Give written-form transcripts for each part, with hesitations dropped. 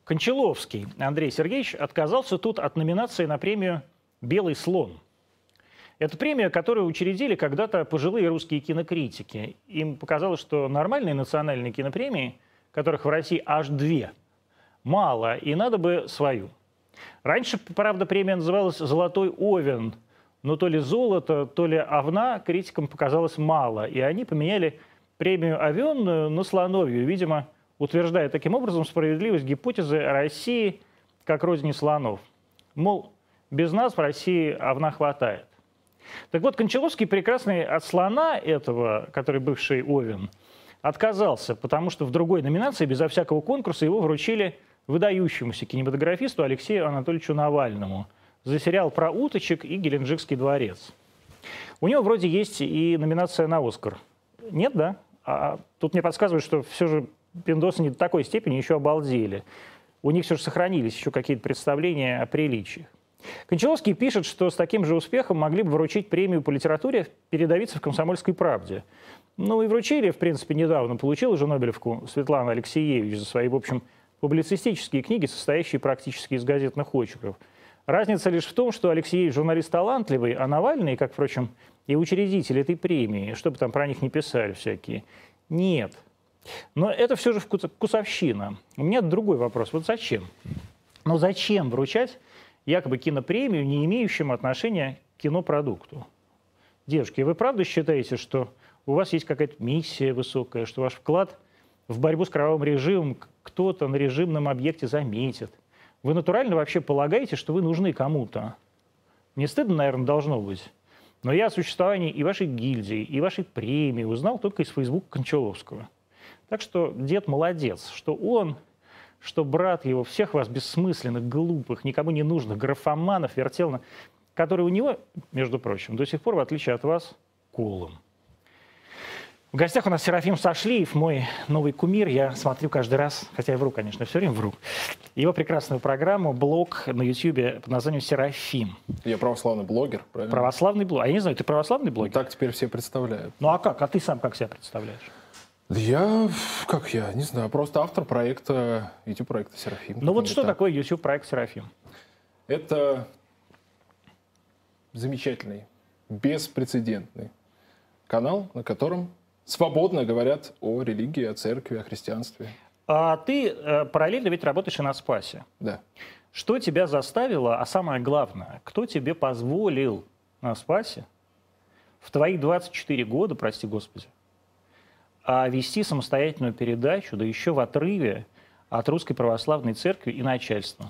Кончаловский Андрей Сергеевич отказался тут от номинации на премию «Белый слон». Это премия, которую учредили когда-то пожилые русские кинокритики. Им показалось, что нормальные национальные кинопремии, которых в России аж 2, мало, и надо бы свою. Раньше, правда, премия называлась «Золотой Овен», но то ли золото, то ли овна критикам показалось мало, и они поменяли премию овенную на слоновью, видимо, утверждая таким образом справедливость гипотезы о России как родине слонов. Мол, без нас в России овна хватает. Так вот, Кончаловский прекрасный от слона этого, который бывший Овен, отказался, потому что в другой номинации, безо всякого конкурса, его вручили выдающемуся кинематографисту Алексею Анатольевичу Навальному за сериал про уточек и Геленджикский дворец. У него вроде есть и номинация на «Оскар». Нет, да? А тут мне подсказывают, что все же пиндосы не до такой степени еще обалдели. У них все же сохранились еще какие-то представления о приличиях. Кончаловский пишет, что с таким же успехом могли бы вручить премию по литературе передовице в «Комсомольской правде». Ну и вручили, в принципе, недавно. Получила же Нобелевку Светлана Алексеевич за свои, в общем, публицистические книги, состоящие практически из газетных очерков. Разница лишь в том, что Алексеевич журналист талантливый, а Навальный, как, впрочем, и учредитель этой премии, что бы там про них не писали всякие, нет. Но это все же вкусовщина. У меня другой вопрос. Вот зачем? Ну зачем вручать якобы кинопремию, не имеющему отношения к кинопродукту? Девушки, вы правда считаете, что у вас есть какая-то миссия высокая, что ваш вклад в борьбу с кровавым режимом кто-то на режимном объекте заметит? Вы натурально вообще полагаете, что вы нужны кому-то? Не стыдно, наверное, должно быть. Но я о существовании и вашей гильдии, и вашей премии узнал только из Фейсбука Кончаловского. Так что дед молодец, что он, что брат его, всех вас бессмысленных, глупых, никому не нужных графоманов вертел, которые у него, между прочим, до сих пор, в отличие от вас, колом. В гостях у нас Серафим Сашлиев, мой новый кумир. Я смотрю каждый раз, хотя я вру, конечно, все время вру, его прекрасную программу, блог на Ютьюбе под названием «Серафим». Я православный блогер, правильно? Православный блогер. А я не знаю, ты православный блогер? Так теперь все представляют. Ну а как? А ты сам как себя представляешь? Я, не знаю, просто автор проекта, YouTube-проекта «Серафим». Ну вот что такое YouTube-проект «Серафим»? Это замечательный, беспрецедентный канал, на котором свободно говорят о религии, о церкви, о христианстве. А ты параллельно ведь работаешь и на Спасе. Да. Что тебя заставило, а самое главное, кто тебе позволил на Спасе в твои 24 года, прости господи, вести самостоятельную передачу, да еще в отрыве от Русской Православной Церкви и начальства?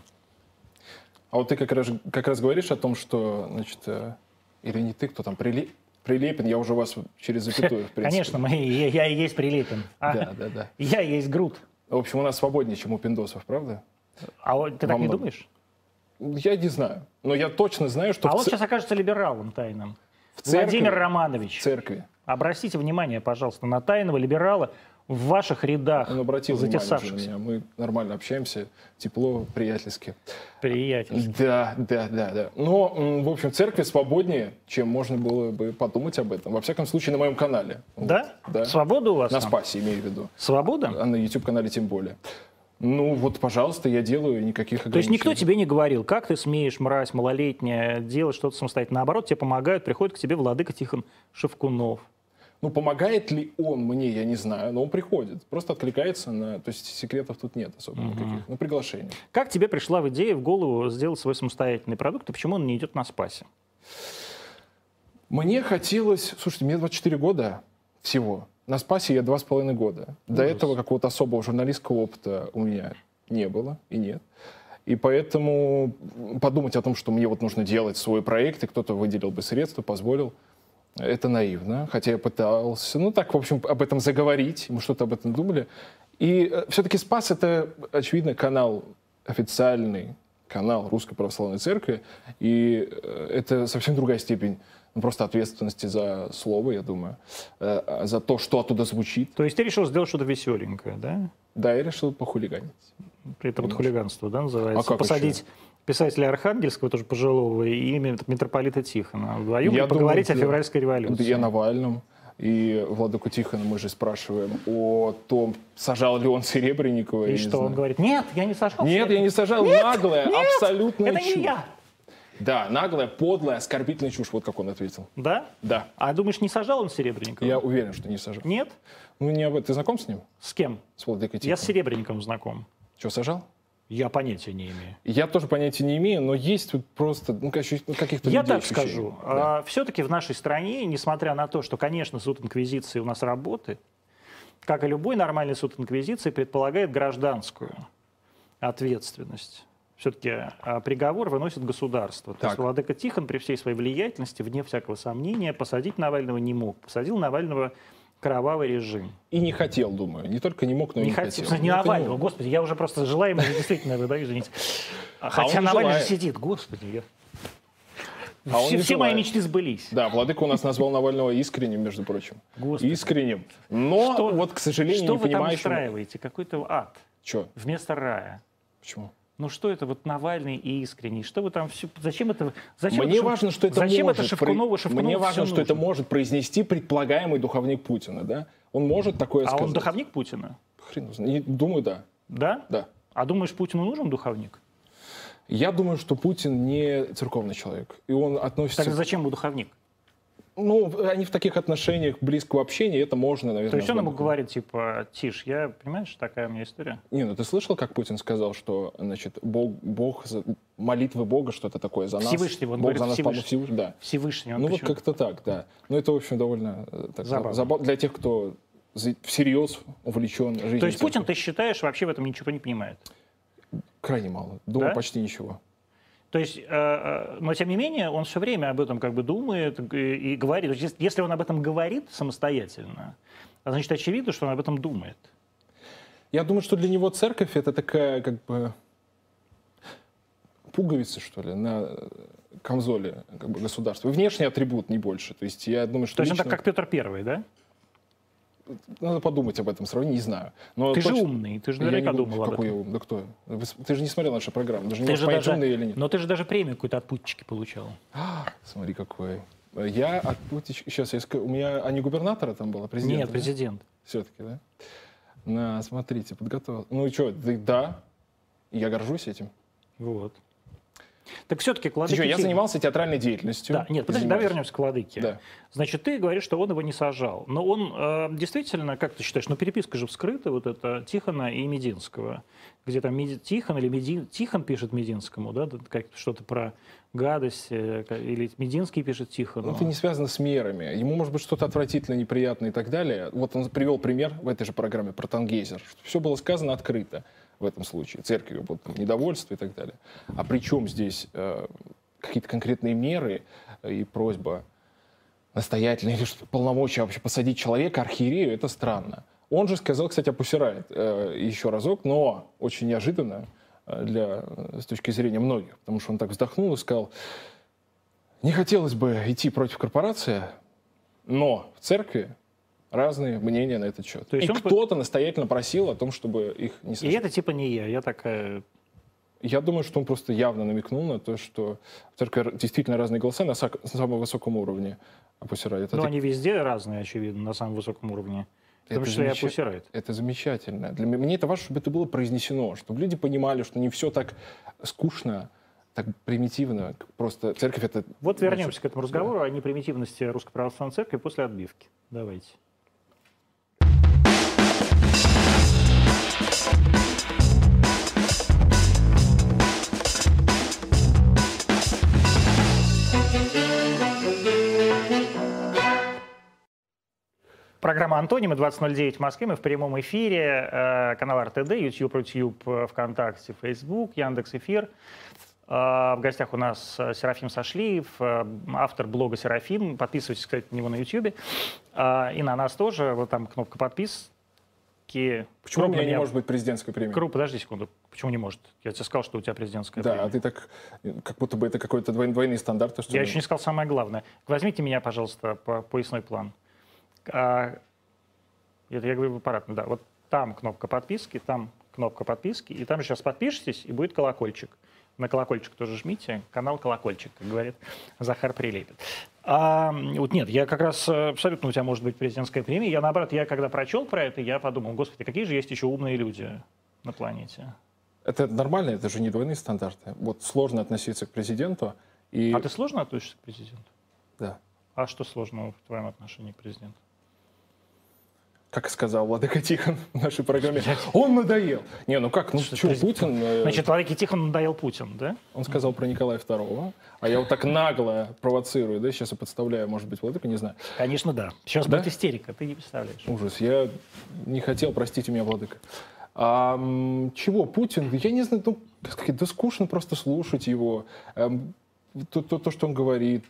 А вот ты как раз говоришь о том, что, значит, или не ты, кто там, Прилепин, я уже вас через запятую, в принципе. Конечно, я и есть Прилепин. Да. Я и есть Грут. В общем, у нас свободнее, чем у пиндосов, правда? А ты так не думаешь? Я не знаю. Но я точно знаю, что... А он сейчас окажется либералом тайным. Церкви, Владимир Романович. В церкви. Обратите внимание, пожалуйста, на тайного либерала в ваших рядах. Он обратил затесавшихся. внимание на меня. Мы нормально общаемся, тепло, приятельски. Приятельски. Да. Но, в общем, в церкви свободнее, чем можно было бы подумать об этом. Во всяком случае, на моем канале. Да? Вот, да. Свобода у вас? На Спасе, имею в виду. Свобода? А на YouTube-канале тем более. Ну вот, пожалуйста, я делаю, никаких ограничений. То есть никто тебе не говорил, как ты смеешь, мразь малолетняя, делать что-то самостоятельно. Наоборот, тебе помогают, приходит к тебе владыка Тихон Шевкунов. Ну, помогает ли он мне, я не знаю, но он приходит. Просто откликается на... То есть секретов тут нет особо никаких. Ну, приглашение. Как тебе пришла в идею, в голову сделать свой самостоятельный продукт, и почему он не идет на Спасе? Мне хотелось... Слушайте, мне 24 года всего. На Спасе я 2,5 года. До этого какого-то особого журналистского опыта у меня не было и нет. И поэтому подумать о том, что мне вот нужно делать свой проект, и кто-то выделил бы средства, позволил, это наивно. Хотя я пытался, в общем, об этом заговорить, мы что-то об этом думали. И все-таки Спас — это, очевидно, канал, официальный канал Русской Православной Церкви, и это совсем другая степень просто ответственности за слово, я думаю, за то, что оттуда звучит. То есть ты решил сделать что-то веселенькое, да? Да, я решил похулиганить. Это вот хулиганство, да, называется? А как посадить еще? Писателя Архангельского, тоже пожилого, и имя митрополита Тихона. Вдвоем поговорить о февральской революции. И о Навальном. И владыку Тихона мы же спрашиваем о том, сажал ли он Серебренникова. И что, он говорит, нет, я не сажал. Нет, я не сажал. Нет, наглая, нет, абсолютная это чушь. не я. Да, наглая, подлая, оскорбительная чушь, вот как он ответил. Да? Да. А думаешь, не сажал он Серебренникова? Я уверен, что не сажал. Нет? Ну, не об этом. Ты знаком с ним? С кем? С владыкой Тихоном? Я с Серебренниковым знаком. Что, сажал? Я понятия не имею. Я тоже понятия не имею, но есть вот просто каких-то Я людей так ощущения. скажу. Да. Все-таки в нашей стране, несмотря на то, что, конечно, суд инквизиции у нас работает, как и любой нормальный суд инквизиции, предполагает гражданскую ответственность. Все-таки приговор выносит государство. То есть владыка Тихон при всей своей влиятельности, вне всякого сомнения, посадить Навального не мог. Посадил Навального кровавый режим. И не хотел, думаю. Не только не мог, но и не хотел. Не Навального, господи, я уже просто желаю ему действительно выдаю, извините. Хотя Навальный же сидит, господи. Все мои мечты сбылись. Да, владыка у нас назвал Навального искренним, между прочим. Господи. Искренним. Но вот, к сожалению, что не понимающим... Что вы там устраиваете? Какой-то ад. Что? Вместо рая. Почему? Ну что это вот Навальный и искренний? Что вы там все... Зачем это? Мне важно, что это зачем может... это Шевкунову Мне важно, что это нужно? может произнести предполагаемый духовник Путина, да? Он может такое сказать. А он духовник Путина? Хрен знает. Думаю, да. Да? Да. А думаешь, Путину нужен духовник? Я думаю, что Путин не церковный человек. И он относится... Тогда зачем ему духовник? Ну, они в таких отношениях близкого общения, это можно, наверное. То есть он ему говорит, типа, тише, я, понимаешь, такая у меня история? Не, ну ты слышал, как Путин сказал, что, значит, Бог молитвы Бога, что-то такое за нас. Всевышний, он Бог говорит, за нас Всевышний. да. Всевышний. Он ну вот как-то так, да. Ну это, в общем, довольно забавно для тех, кто всерьез увлечен жизнью. То есть Путин, ты считаешь, вообще в этом ничего не понимает? Крайне мало. Думаю, да? почти ничего. То есть, но тем не менее, он все время об этом как бы думает и говорит. То есть, если он об этом говорит самостоятельно, значит, очевидно, что он об этом думает. Я думаю, что для него церковь это такая, как бы, пуговица, что ли, на камзоле как бы, государства. Внешний атрибут, не больше. То есть, я думаю, что То есть, лично... он так, как Петр Первый, да? Надо подумать об этом сравнении, не знаю. Но ты точно... же умный, ты же наверняка думал об этом. Какой я умный? Да кто? Ты же не смотрел нашу программу, даже не можешь понять, умный или нет. Но ты же даже премию какую-то от Путички получал. Смотри, какой. Я от Путички... Сейчас, у меня... А не губернатора там было? Президент? Нет, президент. Все-таки, да? На, смотрите, подготовил. Ну и что, да, я горжусь этим. Вот. Так все-таки к владыке... Я занимался театральной деятельностью. Да, нет, подожди, давай вернемся к владыке. Да. Значит, ты говоришь, что он его не сажал. Но он действительно, как ты считаешь, переписка же вскрыта, вот это Тихона и Мединского. Где там Тихон или Тихон пишет Мединскому, да, что-то про гадость, или Мединский пишет Тихону. Ну, это не связано с мерами. Ему может быть что-то отвратительно, неприятное и так далее. Вот он привел пример в этой же программе про Тангейзер, что все было сказано открыто. В этом случае церковью, вот, недовольство и так далее. А при чем здесь какие-то конкретные меры и просьба настоятельно или полномочия вообще посадить человека, архиерею, это странно. Он же сказал, кстати, опусирает еще разок, но очень неожиданно с точки зрения многих, потому что он так вздохнул и сказал, не хотелось бы идти против корпорации, но в церкви разные мнения на этот счет. То есть кто-то настоятельно просил о том, чтобы их не сажать. И это типа не я такая... Я думаю, что он просто явно намекнул на то, что в церкви действительно разные голоса на самом высоком уровне опусирают. Но они везде разные, очевидно, на самом высоком уровне. В том числе и опусирают. Это замечательно. Для меня это важно, чтобы это было произнесено, чтобы люди понимали, что не все так скучно, так примитивно. Просто церковь это... Вот вернемся к этому разговору о непримитивности Русской Православной Церкви после отбивки. Давайте. Программа «Антонимы», 20:09 в Москве. Мы в прямом эфире. Канал РТД, YouTube, ВКонтакте, Facebook, Яндекс.Эфир. В гостях у нас Серафим Сашлиев, автор блога «Серафим». Подписывайтесь, кстати, на него на YouTube. И на нас тоже. Вот там кнопка подписки. Почему у меня не может быть президентской премии? Подожди секунду. Почему не может? Я тебе сказал, что у тебя президентская премия. Да, а ты так, как будто бы это какой-то двойный стандарт. Я еще не сказал самое главное. Возьмите меня, пожалуйста, по поясной план. Это я говорю аппаратно, да. Вот там кнопка подписки, и там сейчас подпишитесь, и будет колокольчик. На колокольчик тоже жмите. Канал «Колокольчик», как говорит Захар Прилепин. Вот нет, я как раз абсолютно, у тебя может быть президентская премия. Я, наоборот, когда прочел про это, я подумал, господи, какие же есть еще умные люди на планете. Это нормально, это же не двойные стандарты. Вот сложно относиться к президенту. И... А ты сложно относишься к президенту? Да. А что сложного в твоем отношении к президенту? Как сказал Владыка Тихон в нашей программе, он надоел. Не, ну как, ну что, Путин... Значит, Владыке Тихону надоел Путин, да? Он сказал про Николая II, а я вот так нагло провоцирую, да, сейчас я подставляю, может быть, Владыку, не знаю. Конечно, да. Сейчас будет истерика, ты не представляешь. Ужас, я не хотел, простите меня, Владыка. Чего, Путин, я не знаю, ну, как сказать, да скучно просто слушать его, то, что он говорит,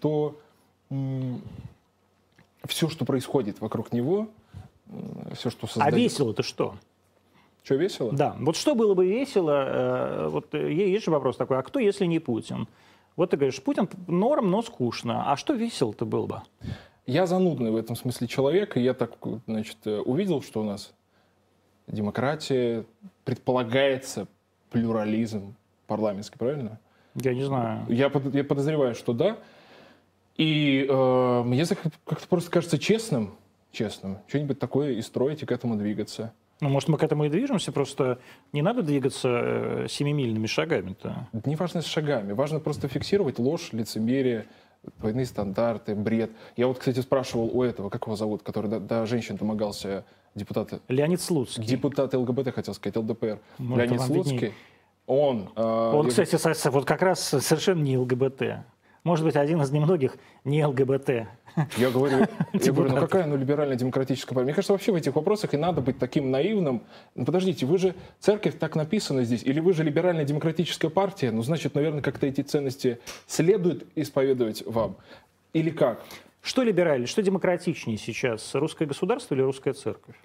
все, что происходит вокруг него, все, что создает. А весело-то что? Что, весело? Да. Вот что было бы весело, вот есть же вопрос такой, а кто, если не Путин? Вот ты говоришь, Путин норм, но скучно. А что весело-то было бы? Я занудный в этом смысле человек, и я так, значит, увидел, что у нас демократия, предполагается плюрализм парламентский, правильно? Я не знаю. Я подозреваю, что да. И мне как-то просто кажется честным, что-нибудь такое и строить, и к этому двигаться. Ну, может, мы к этому и движемся, просто не надо двигаться семимильными шагами-то. Не важно с шагами, важно просто фиксировать ложь, лицемерие, двойные стандарты, бред. Я вот, кстати, спрашивал у этого, как его зовут, который до женщин домогался, депутата... Леонид Слуцкий. Депутат ЛГБТ, хотел сказать, ЛДПР. Ну, Леонид Слуцкий. Он, кстати, вот как раз совершенно не ЛГБТ. Может быть, один из немногих не ЛГБТ. Я говорю, ну какая либеральная демократическая партия? Мне кажется, вообще в этих вопросах и надо быть таким наивным. Ну, подождите, вы же, церковь так написана здесь, или вы же либеральная демократическая партия, ну, значит, наверное, как-то эти ценности следует исповедовать вам. Или как? Что либеральнее, что демократичнее сейчас? Русское государство или русская церковь?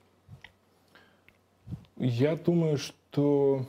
Я думаю, что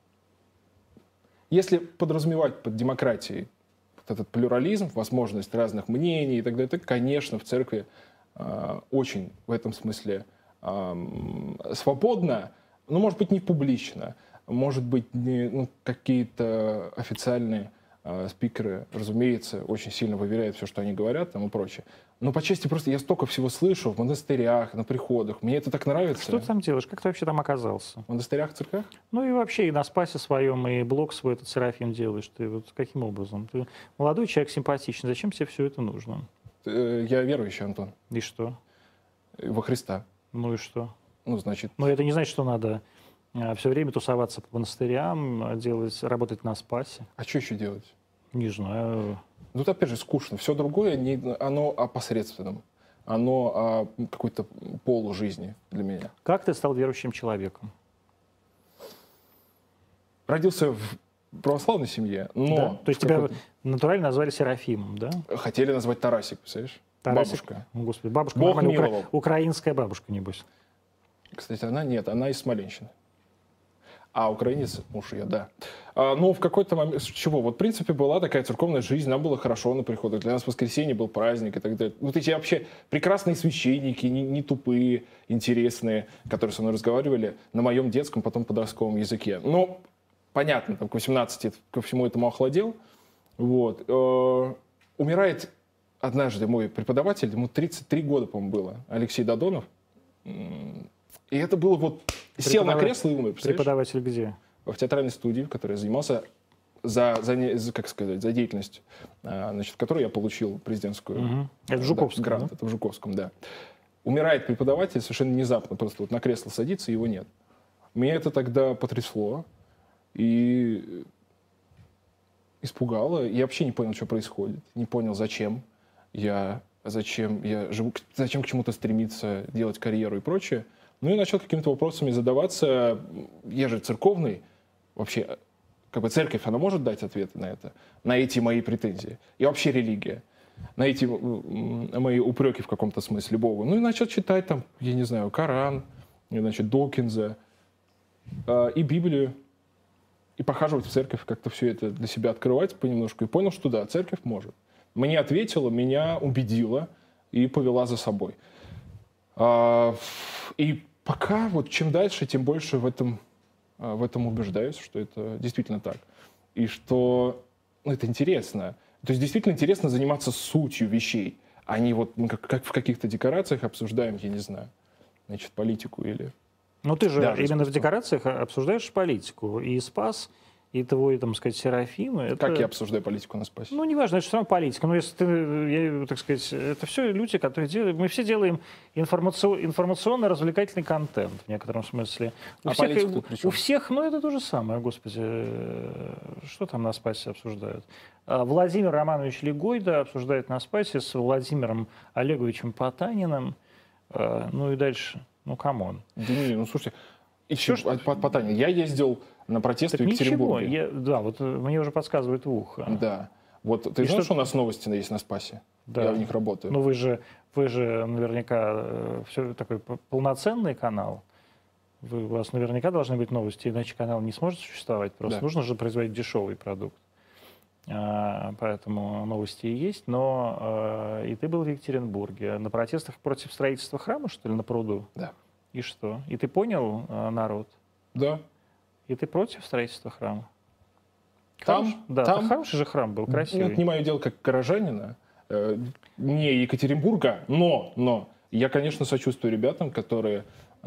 если подразумевать под демократией этот плюрализм, возможность разных мнений и так далее, то, конечно, в церкви очень в этом смысле свободно, но, может быть, не публично, может быть, какие-то официальные спикеры, разумеется, очень сильно выверяют все, что они говорят там и прочее. Но по части просто я столько всего слышу в монастырях, на приходах. Мне это так нравится. Что ты там делаешь? Как ты вообще там оказался? В монастырях, в церквях? Ну и вообще и на Спасе своем, и блог свой этот Серафим делаешь. Ты вот каким образом? Ты молодой человек, симпатичный. Зачем тебе все это нужно? Я верующий, Антон. И что? Во Христа. Ну и что? Ну, значит... Но это не значит, что надо все время тусоваться по монастырям, работать на Спасе. А что еще делать? Не знаю. Ну, это, опять же, скучно. Все другое, оно о посредственном. Оно о какой-то полужизни для меня. Как ты стал верующим человеком? Родился в православной семье, но... Да? То есть тебя натурально назвали Серафимом, да? Хотели назвать Тарасик, представляешь? Тарасик? Бабушка. О, Господи, бабушка Бог нормальная, миловал. украинская бабушка, небось. Кстати, она из Смоленщины. А украинец, муж ее, да. Но в какой-то момент... Чего? Вот, в принципе, была такая церковная жизнь, нам было хорошо на приходах. Для нас воскресенье был праздник и так далее. Вот эти вообще прекрасные священники, не тупые, интересные, которые со мной разговаривали на моем детском, потом подростковом языке. Но, понятно, там, к 18 ко всему этому охладел. Вот. Умирает однажды мой преподаватель, ему 33 года, по-моему, было, Алексей Додонов. И это было вот... Сел на кресло и умер. Преподаватель где? В театральной студии, в которой я занимался за деятельность, значит, в которой я получил президентскую... Угу. Это в Жуковском, да? Грант, это в Жуковском, да. Умирает преподаватель совершенно внезапно, просто вот на кресло садится, и его нет. Меня это тогда потрясло и испугало. Я вообще не понял, что происходит. Не понял, зачем я живу, зачем к чему-то стремиться, делать карьеру и прочее. Ну и начал какими-то вопросами задаваться. Я же церковный. Вообще, как бы церковь, она может дать ответы на это? На эти мои претензии? И вообще религия? На эти мои упреки в каком-то смысле Богу? Ну и начал читать там, я не знаю, Коран, значит, Докинза и Библию. И похаживать в церковь, как-то все это для себя открывать понемножку. И понял, что да, церковь может. Мне ответила, меня убедила и повела за собой. И пока, вот чем дальше, тем больше в этом убеждаюсь, что это действительно так. и что это интересно. То есть действительно интересно заниматься сутью вещей, а не вот как в каких-то декорациях обсуждаем, я не знаю, значит, политику или... Ну ты же даже именно в искусство. декорациях обсуждаешь политику. И Спас, и твой, там сказать, Серафим. Это... Как я обсуждаю политику на Спасе? Ну, неважно, это все равно политика. Но если ты, так сказать, это все люди, которые делают... Мы все делаем информационно-развлекательный контент в некотором смысле. А политика тут при чем? У всех, ну, это то же самое, господи. Что там на Спасе обсуждают? Владимир Романович Легойда обсуждает на Спасе с Владимиром Олеговичем Потаниным. Ну и дальше. Ну, камон. Да не, ну слушайте, еще Потанин. Я ездил на протесты Так в Екатеринбурге. ничего, да, вот мне уже подсказывает в ухо. Да. Вот ты знаешь, что у нас новости есть на Спасе? Да. Я в них работаю. Ну вы же наверняка все такой полноценный канал. У вас наверняка должны быть новости, иначе канал не сможет существовать. Просто нужно же производить дешевый продукт. Поэтому новости и есть. Но и ты был в Екатеринбурге на протестах против строительства храма, что ли, на пруду? Да. И что? И ты понял народ? Да. И ты против строительства храма? Там, да, там хороший же храм был, красивый. Это не мое дело как горожанина, не Екатеринбурга, но я, конечно, сочувствую ребятам, которые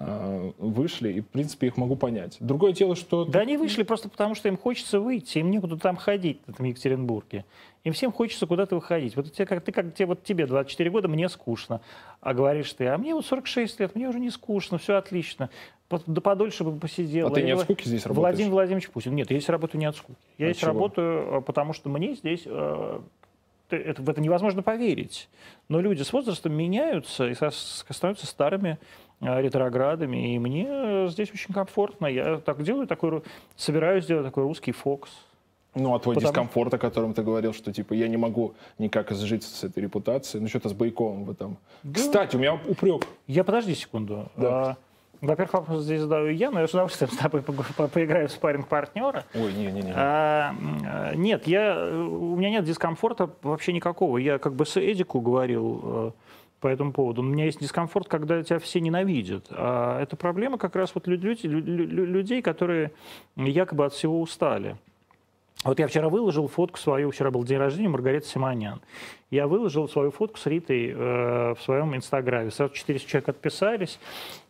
вышли, и, в принципе, их могу понять. Другое дело, что... Да они вышли просто потому, что им хочется выйти, им некуда там ходить, в этом Екатеринбурге. Им всем хочется куда-то выходить. Вот тебе 24 года, мне скучно. А говоришь ты, а мне вот 46 лет, мне уже не скучно, все отлично. Да подольше бы посидел. А ты не от скуки здесь работаешь? Владимир Владимирович Путин. Нет, я здесь работаю не от скуки. Я здесь работаю, потому что мне здесь... в это невозможно поверить. Но люди с возрастом меняются и становятся старыми ретроградами. И мне здесь очень комфортно. Я так делаю, собираюсь сделать такой русский фокс. Ну, а твой дискомфорт, о котором ты говорил, что типа я не могу никак изжить с этой репутацией. Ну, что-то с Байковым вы там. Да. Кстати, у меня упрек. Подожди секунду. Да. Во-первых, вопрос здесь задаю я, но я с удовольствием с тобой поиграю в спарринг-партнера. Ой, не. Нет, у меня нет дискомфорта вообще никакого. Я как бы с Эдику говорил по этому поводу. У меня есть дискомфорт, когда тебя все ненавидят. А это проблема как раз вот людей, которые якобы от всего устали. Вот я вчера выложил фотку свою, вчера был день рождения Маргариты Симонян. Я выложил свою фотку с Ритой в своем инстаграме. Сразу 400 человек отписались,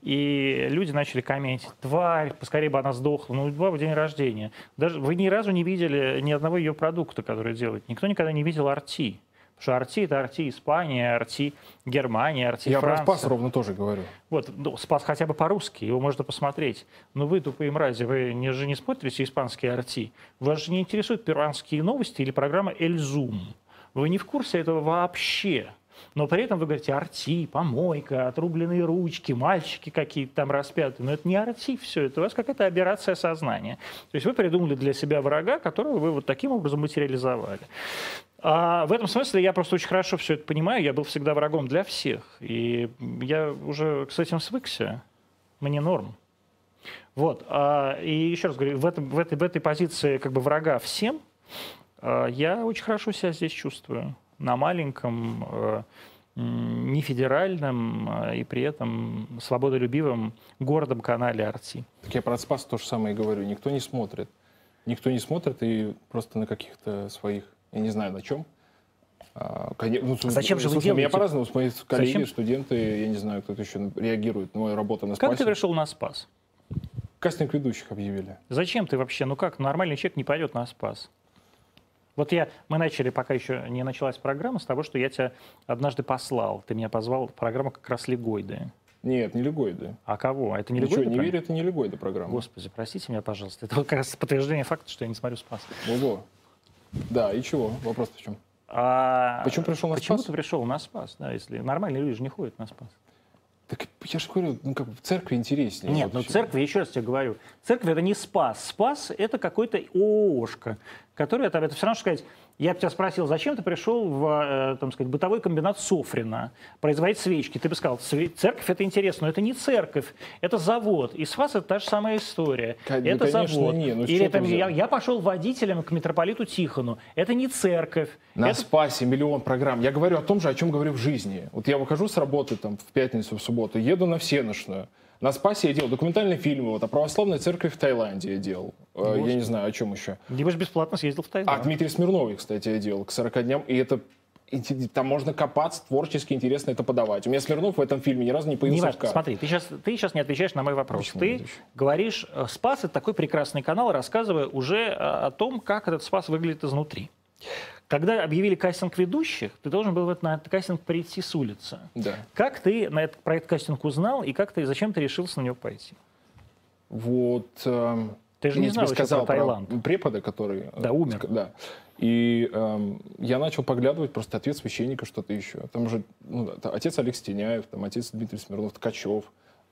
и люди начали комментить. Тварь, поскорее бы она сдохла. Ну, в день рождения. Даже вы ни разу не видели ни одного ее продукта, который делает. Никто никогда не видел Арти. Потому что Арти — это Арти Испания, Арти Германия, Арти Франция. Я про Спас ровно тоже говорю. Вот, Спас хотя бы по-русски, его можно посмотреть. Но вы, тупые мрази, вы же не смотрите испанские Арти. Вас же не интересуют перуанские новости или программа «Эль Зум». Вы не в курсе этого вообще. Но при этом вы говорите Арти, помойка, отрубленные ручки, мальчики какие-то там распятые. Но это не Арти все, это у вас какая-то аберрация сознания. То есть вы придумали для себя врага, которого вы вот таким образом материализовали. А в этом смысле я просто очень хорошо все это понимаю. Я был всегда врагом для всех. И я уже с этим свыкся. Мне норм. Вот. И еще раз говорю, в этой позиции как бы врага всем я очень хорошо себя здесь чувствую. На маленьком, нефедеральном и при этом свободолюбивом гордом канале Арти. Так я про Спас то же самое и говорю. Никто не смотрит. Никто не смотрит и просто на каких-то своих, я не знаю на чем. Зачем же вы делаете? Меня по-разному, мои коллеги, студенты, я не знаю, кто-то еще реагирует на мою работу на Спасе. Как ты пришел на Спас? Кастинг ведущих объявили. Зачем ты вообще? Ну как, нормальный человек не пойдет на Спас. Вот мы начали, пока еще не началась программа, с того, что я тебя однажды послал. Ты меня позвал в программу как раз Легойды. Нет, не Легойды. А кого? Это не Легойды? Легойды? Не верю, это не Легойды программа. Господи, простите меня, пожалуйста. Это как раз подтверждение факта, что я не смотрю Спас. Ого. Да, и чего? Вопрос в чем? Почему пришел на Спас? Почему ты пришел на Спас? Да, если нормальные люди же не ходят на Спас. Так я же говорю, как в церкви интереснее. Нет, ну церкви, еще раз тебе говорю, церковь — это не Спас. Спас — это какой-то ООшка, который, это все равно, что сказать, я бы тебя спросил, зачем ты пришел в, там сказать, бытовой комбинат Софрина производить свечки? Ты бы сказал, церковь — это интересно, но это не церковь, это завод. И Спас — это та же самая история. Это завод. Не, ну или там, я пошел водителем к митрополиту Тихону. Это не церковь. На Спасе миллион программ. Я говорю о том же, о чем говорю в жизни. Вот я выхожу с работы там, в пятницу, в субботу, еду на Всеношную. На Спасе я делал документальные фильмы, вот, о православной церкви в Таиланде я делал. Я не знаю, о чем еще. Либо же бесплатно съездил в Таиланд. А Дмитрий Смирновой, кстати, я делал к 40 дням, и это... Там можно копаться, творчески интересно это подавать. У меня Смирнов в этом фильме ни разу не появился в кадре. Смотри, ты сейчас не отвечаешь на мой вопрос. Почему ты говоришь, Спас — это такой прекрасный канал, рассказывая уже о том, как этот Спас выглядит изнутри. Когда объявили кастинг ведущих, ты должен был на этот кастинг прийти с улицы. Да. Как ты про этот кастинг узнал и зачем ты решился на него пойти? Вот... Ты же не знал тебе сказал про Таиланд. Препода, который... Да, умер. Да. И я начал поглядывать просто ответ священника, что-то еще. Там же отец Олег Стеняев, там отец Дмитрий Смирнов, Ткачев,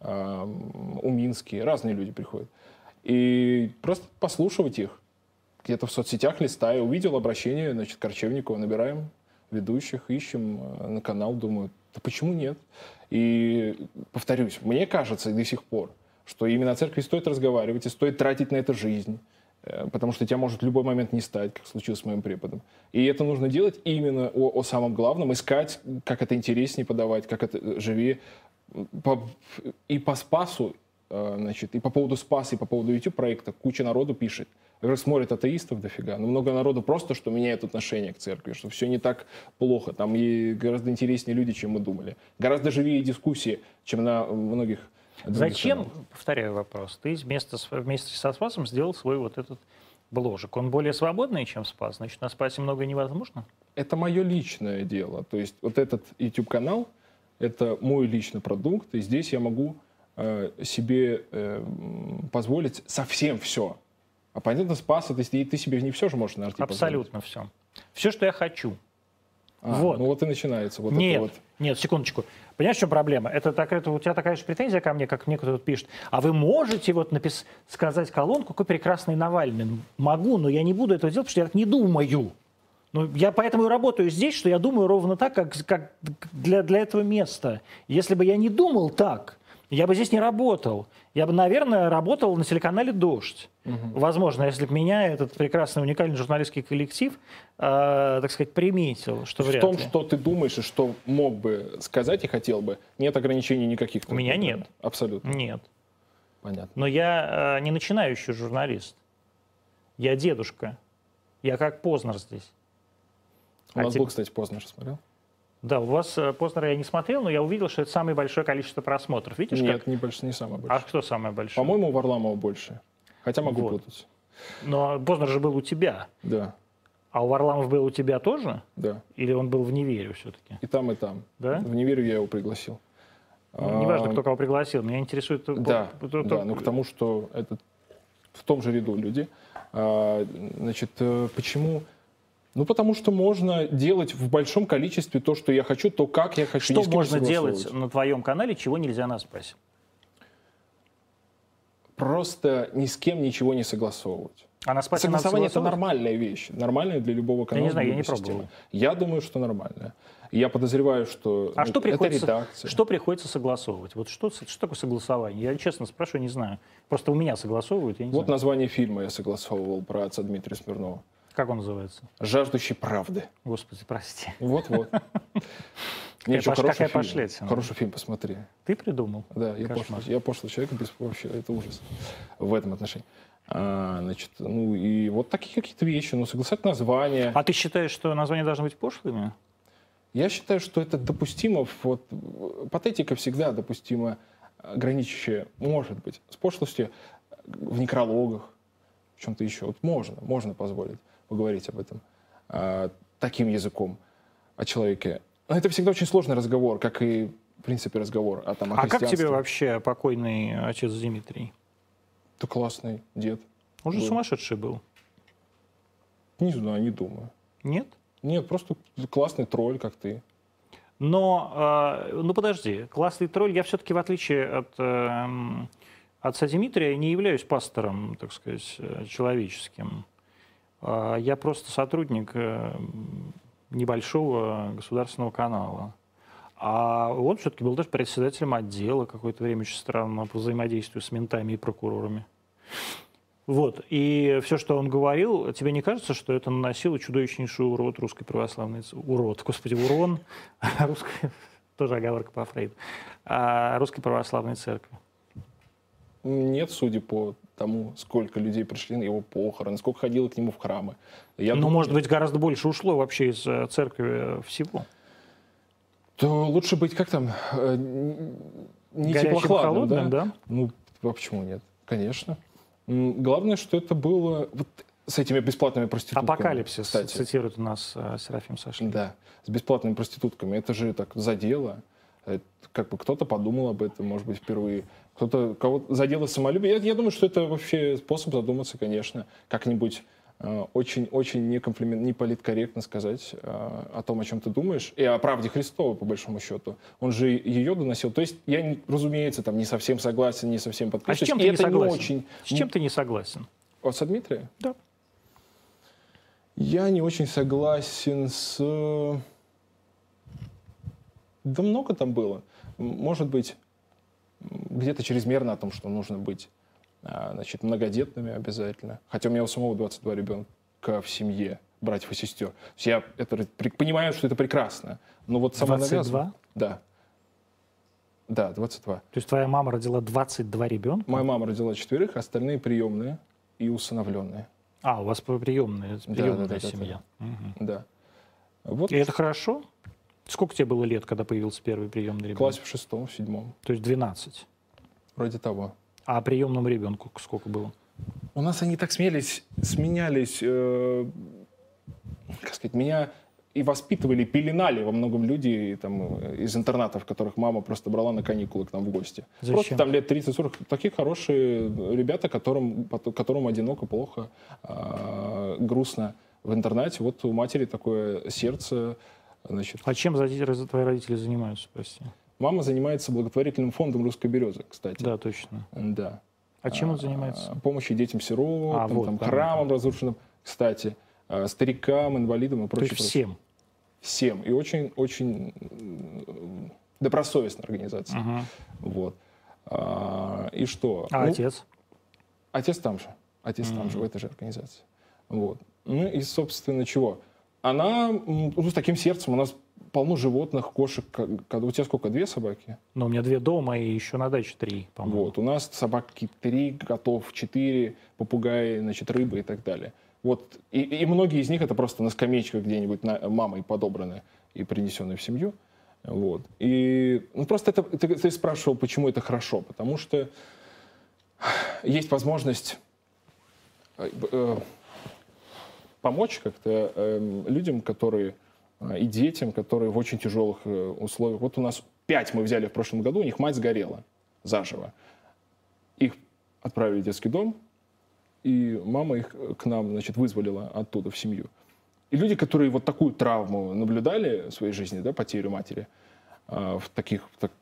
Уминский, разные люди приходят. И просто послушивать их. Где-то в соцсетях листаю, увидел обращение, значит, Корчевникова, набираем ведущих, ищем на канал, думаю, да почему нет? И повторюсь, мне кажется до сих пор, что именно о церкви стоит разговаривать и стоит тратить на это жизнь, потому что тебя может в любой момент не стать, как случилось с моим преподом. И это нужно делать именно о самом главном, искать, как это интереснее подавать, как это живее. И по Спасу, значит, и по поводу Спаса, и по поводу YouTube-проекта куча народу пишет. Смотрят атеистов дофига, но много народу просто, что меняет отношение к церкви, что все не так плохо. Там и гораздо интереснее люди, чем мы думали. Гораздо живее дискуссии, чем на многих... Зачем, повторяю вопрос, ты вместе со Спасом сделал свой вот этот бложек? Он более свободный, чем Спас? Значит, на Спасе многое невозможно? Это мое личное дело. То есть вот этот YouTube-канал — это мой личный продукт, и здесь я могу себе позволить совсем все. А понятно, Спас, ты себе не все же можешь на арте абсолютно все. Все, что я хочу. Вот. Ну вот и начинается. Вот нет, это вот. Нет, секундочку. Понимаешь, в чем проблема? Это у тебя такая же претензия ко мне, как мне кто-то пишет. А вы можете вот сказать колонку, какой прекрасный Навальный? Могу, но я не буду этого делать, потому что я так не думаю. Ну, я поэтому и работаю здесь, что я думаю ровно так, как для этого места. Если бы я не думал так, я бы здесь не работал. Я бы, наверное, работал на телеканале «Дождь». Угу. Возможно, если бы меня этот прекрасный, уникальный журналистский коллектив, так сказать, приметил, что вряд ли. В том, что ты думаешь и что мог бы сказать и хотел бы, нет ограничений никаких? У меня нет. Абсолютно. Нет. Понятно. Но я не начинающий журналист. Я дедушка. Я как Познер здесь. У нас был, кстати, Познер, смотрел? Да, у вас Познера я не смотрел, но я увидел, что это самое большое количество просмотров. Видишь, нет, как? не самое большое. А кто самое большое? По-моему, у Варламова больше. Хотя могу путать. Но Познер же был у тебя. Да. А у Варламов был у тебя тоже? Да. Или он был в «Неверию» все-таки? И там, и там. Да? В «Неверию» я его пригласил. Ну, неважно, кто кого пригласил. Меня интересует... Да, ну к тому, что это в том же ряду люди. Значит, почему... Ну, потому что можно делать в большом количестве то, что я хочу, то, как я хочу. Что можно делать на твоем канале, чего нельзя на Спасе? Просто ни с кем ничего не согласовывать. А на Спасе согласование — это нормальная вещь. Нормальная для любого канала. Я не знаю, я не пробовал. Я думаю, что нормальная. Я подозреваю, что что это редакция. Что приходится согласовывать? Вот что такое согласование? Я честно спрашиваю, не знаю. Просто у меня согласовывают, я не знаю. Вот название фильма я согласовывал про отца Дмитрия Смирнова. Как он называется? «Жаждущий правды». Господи, прости. Вот-вот. Какая пошлятина. Хороший фильм, посмотри. Ты придумал? Да, я пошлый человек, вообще, это ужас в этом отношении. Значит, ну и вот такие какие-то вещи, ну согласать название. А ты считаешь, что названия должны быть пошлыми? Я считаю, что это допустимо, вот патетика всегда допустима, граничащая, может быть, с пошлостью в некрологах, в чем-то еще. Вот можно позволить поговорить об этом таким языком о человеке. Но это всегда очень сложный разговор, как и, в принципе, разговор о христианстве. А как тебе вообще покойный отец Дмитрий? Это классный дед. Он же сумасшедший был. Не знаю, не думаю. Нет? Нет, просто классный тролль, как ты. Но, ну подожди, классный тролль, я все-таки, в отличие от отца Дмитрия, не являюсь пастором, так сказать, человеческим. Я просто сотрудник небольшого государственного канала. А он все-таки был даже председателем отдела какое-то время, очень странно, по взаимодействию с ментами и прокурорами. Вот. И все, что он говорил, тебе не кажется, что это наносило чудовищнейший урод русской православной церкви? Урон. Тоже оговорка по Фрейду. Русской православной церкви. нет, судя по тому, сколько людей пришли на его похороны, сколько ходило к нему в храмы. Но, может быть, гораздо больше ушло вообще из церкви всего. То лучше быть, как там, не горячим, теплохладным, холодным, да? Ну, а почему нет? Конечно. Главное, что это было вот с этими бесплатными проститутками. Апокалипсис, кстати. цитирует у нас Серафим Сашкин. Да, с бесплатными проститутками. Это же так задело. Как бы кто-то подумал об этом, может быть, впервые. Кто-то кого-то задело самолюбие. Я думаю, что это вообще способ задуматься, конечно, как-нибудь очень не политкорректно сказать о том, о чем ты думаешь, и о правде Христовой, по большому счету. Он же ее доносил. То есть я, разумеется, там не совсем согласен, не совсем подписываюсь. А с чем ты не согласен? С чем ты не согласен? Со Дмитрием? Да. Я не очень согласен с... Да много там было. Может быть, где-то чрезмерно о том, что нужно быть значит, многодетными обязательно. Хотя у меня у самого 22 ребенка в семье, братьев и сестер. Я понимаю, что это прекрасно. Но вот 22? Да. Да, 22. То есть твоя мама родила 22 ребенка? Моя мама родила 4, остальные приемные и усыновленные. У вас приемная семья. Да. Угу. Да. Вот. И это хорошо? Сколько тебе было лет, когда появился первый приемный ребенок? В классе в 6-м, в 7-м. То есть 12? Вроде того. А приемному ребенку сколько было? У нас они так сменялись, как сказать, меня и воспитывали, и пеленали во многом люди там, из интернатов, которых мама просто брала на каникулы к нам в гости. Зачем? Просто там лет 30-40. Такие хорошие ребята, которым одиноко, плохо, грустно в интернате. Вот у матери такое сердце. Значит. А чем твои родители занимаются, прости? Мама занимается благотворительным фондом «Русской березы», кстати. Да, точно. Да. А чем он занимается? Помощью детям-сиротам, храмам разрушенным, кстати, старикам, инвалидам и прочее. То есть всем? Всем. И очень добросовестная организация. Угу. Вот. И что? Отец? Отец там же. Отец там же, в этой же организации. Вот. Ну и, собственно, чего? Она с таким сердцем, у нас полно животных, кошек. У тебя сколько, 2 собаки? Ну, у меня 2 дома и еще на даче 3, по-моему. Вот, у нас собаки 3, котов 4, попугаи, значит, рыбы и так далее. Вот, и многие из них это просто на скамеечках где-нибудь мамой подобраны и принесены в семью. Вот. И просто ты спрашивал, почему это хорошо. Потому что есть возможность помочь как-то людям, которые и детям, которые в очень тяжелых условиях. Вот у нас 5 мы взяли в прошлом году, у них мать сгорела заживо. Их отправили в детский дом, и мама их к нам, значит, вызволила оттуда в семью. И люди, которые вот такую травму наблюдали в своей жизни, да, потерю матери, при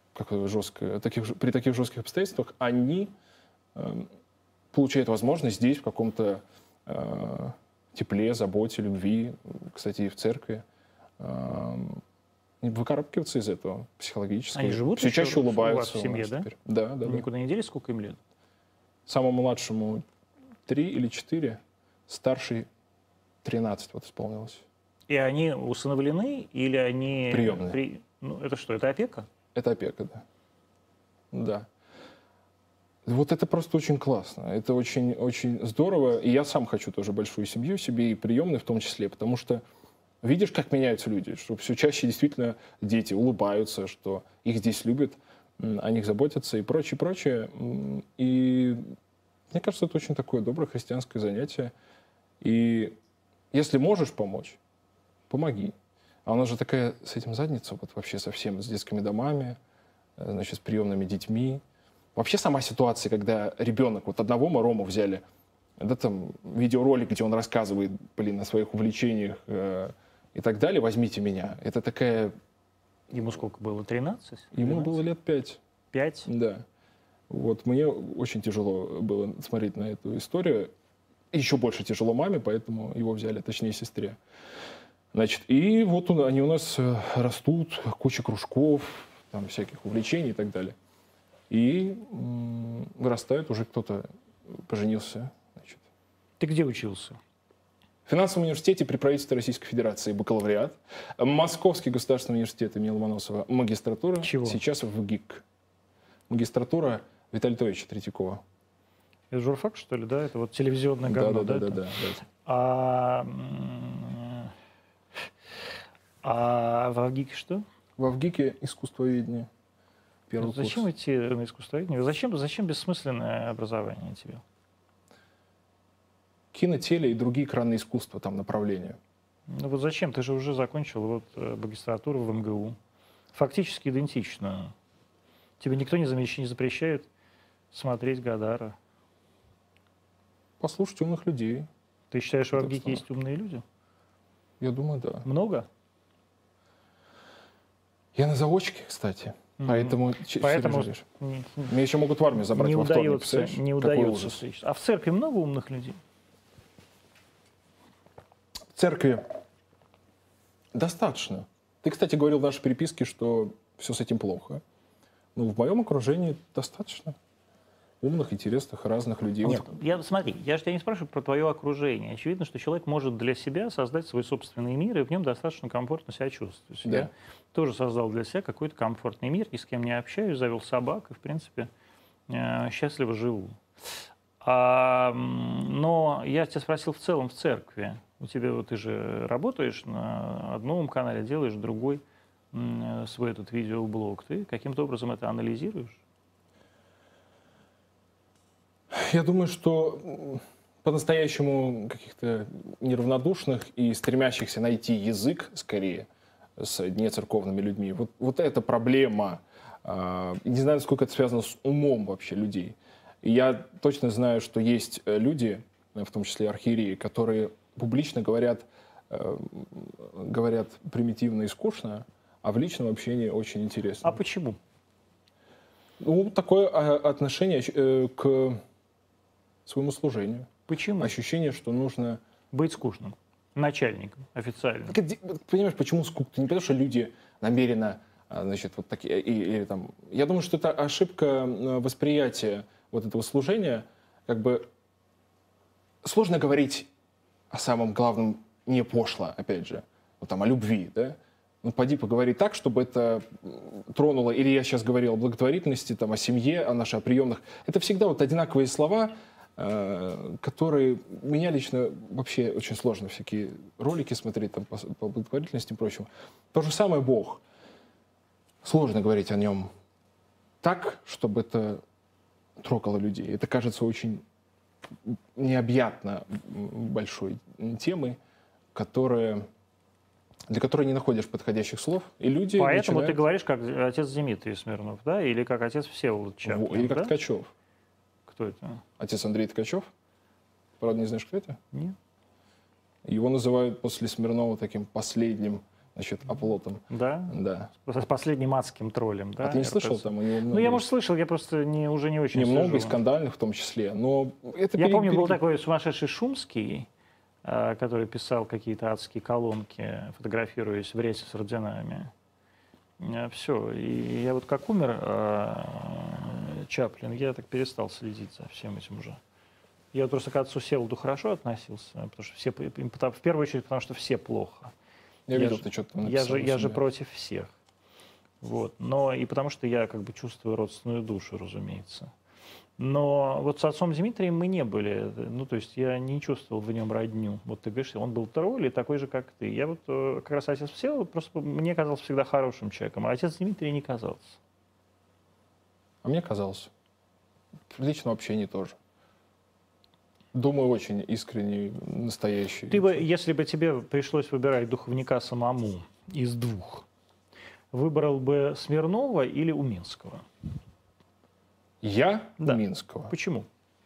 таких жестких обстоятельствах, они получают возможность здесь в каком-то тепле, заботе, любви, кстати, и в церкви, выкарабкиваться из этого психологически. Они живут все чаще улыбаются. У вас в семье, да? Да. Никуда не делись, сколько им лет? Самому младшему 3 или 4, старший 13 вот исполнилось. И они усыновлены или они... Приемные. Ну, это что, это опека? Это опека, да. Да. Вот это просто очень классно. Это очень здорово. И я сам хочу тоже большую семью себе, и приемную в том числе, потому что видишь, как меняются люди, что все чаще действительно дети улыбаются, что их здесь любят, о них заботятся и прочее. И мне кажется, это очень такое доброе христианское занятие. И если можешь помочь, помоги. А у нас же такая с этим задница, вот вообще совсем, с детскими домами, значит, с приемными детьми. Вообще сама ситуация, когда ребенок, вот одного мы Рому взяли, да, там видеоролик, где он рассказывает, о своих увлечениях и так далее, «Возьмите меня». Это такая... Ему сколько было, 13? Ему было лет 5. 5? Да. Вот мне очень тяжело было смотреть на эту историю. Еще больше тяжело маме, поэтому его взяли, точнее, сестре. Значит, и вот они у нас растут, куча кружков, там, всяких увлечений и так далее. И вырастают, уже кто-то поженился. Значит. Ты где учился? В финансовом университете при правительстве Российской Федерации бакалавриат. Московский государственный университет имени Ломоносова магистратура. Чего? Сейчас в ГИК. Магистратура Виталия Анатольевича Третьякова. Это журфак, что ли, да? Это вот телевизионное говно, да? Да. А в Авгике что? В Авгике искусствоведение. Первый курс. Зачем идти на искусствоведение? Зачем бессмысленное образование тебе? Кино, теле и другие экранные искусства, там направления. Ну вот зачем? Ты же уже закончил магистратуру в МГУ. Фактически идентично. Тебе никто не запрещает смотреть Годара. Послушать умных людей. Ты считаешь, что в Авгике есть умные люди? Я думаю, да. Много? Я на заочке, кстати. Поэтому меня еще могут в армию забрать во вторник. Не удается встретить. А в церкви много умных людей? В церкви достаточно. Ты, кстати, говорил в нашей переписке, что все с этим плохо. Но в моем окружении достаточно умных, интересных, разных людей. Нет, смотри, я же тебя не спрашиваю про твое окружение. Очевидно, что человек может для себя создать свой собственный мир, и в нем достаточно комфортно себя чувствовать. Да. Я тоже создал для себя какой-то комфортный мир, ни с кем не общаюсь, завел собак и, в принципе, счастливо живу. Но я тебя спросил в целом в церкви. У тебя ты же работаешь на одном канале, делаешь другой свой этот видеоблог. Ты каким-то образом это анализируешь? Я думаю, что по-настоящему каких-то неравнодушных и стремящихся найти язык, скорее, с нецерковными людьми, вот эта проблема. Не знаю, насколько это связано с умом вообще людей. И я точно знаю, что есть люди, в том числе архиереи, которые публично говорят примитивно и скучно, а в личном общении очень интересно. А почему? Ну, такое отношение к своему служению. Почему? Ощущение, что нужно... Быть скучным. Начальником, официально. Понимаешь, почему скучно? Не потому, что люди намеренно, значит, вот такие... Или там... Я думаю, что это ошибка восприятия вот этого служения. Как бы сложно говорить о самом главном не пошло, опять же. Вот там о любви, да? Ну, пойди поговори так, чтобы это тронуло. Или я сейчас говорил о благотворительности, там, о семье, о наших приемных. Это всегда вот одинаковые слова, которые... Меня лично вообще очень сложно всякие ролики смотреть там, по благотворительности и прочему. То же самое Бог. Сложно говорить о нем так, чтобы это трогало людей. Это кажется очень необъятно большой темой, для которой не находишь подходящих слов, и люди Поэтому начинают... ты говоришь, как отец Дмитрий Смирнов, да? Или как отец Всеволод Чаплин, Или как да? Ткачев. Кто это? Отец Андрей Ткачев. Правда, не знаешь, кто это? Нет. Его называют после Смирнова таким последним, значит, оплотом. Да? Да. С последним адским троллем, да? А ты не слышал там? У него много... Ну, я, может, слышал, я просто уже не очень Немного, слежу. и скандальных в том числе. Но это я помню, был такой сумасшедший Шумский, который писал какие-то адские колонки, фотографируясь в рейсе с орденами. Все. И я вот как умер Чаплин, я так перестал следить за всем этим уже. Я вот просто к отцу Всеволоду хорошо относился, потому что в первую очередь, потому что все плохо. Я видел, ты что-то написал. Я же против всех. Вот. Но и потому что я как бы чувствую родственную душу, разумеется. Но вот с отцом Дмитрием мы не были. Ну, то есть я не чувствовал в нем родню. Вот ты говоришь, он был тролль и такой же, как ты. Я вот как раз отец Всеволод просто мне казался всегда хорошим человеком, а отец Дмитрий не казался. А мне казалось. В личном общении тоже. Думаю, очень искренний, настоящий. Ты бы, если бы тебе пришлось выбирать духовника самому из двух, выбрал бы Смирнова или Уминского? Я? Да. Уминского. Почему?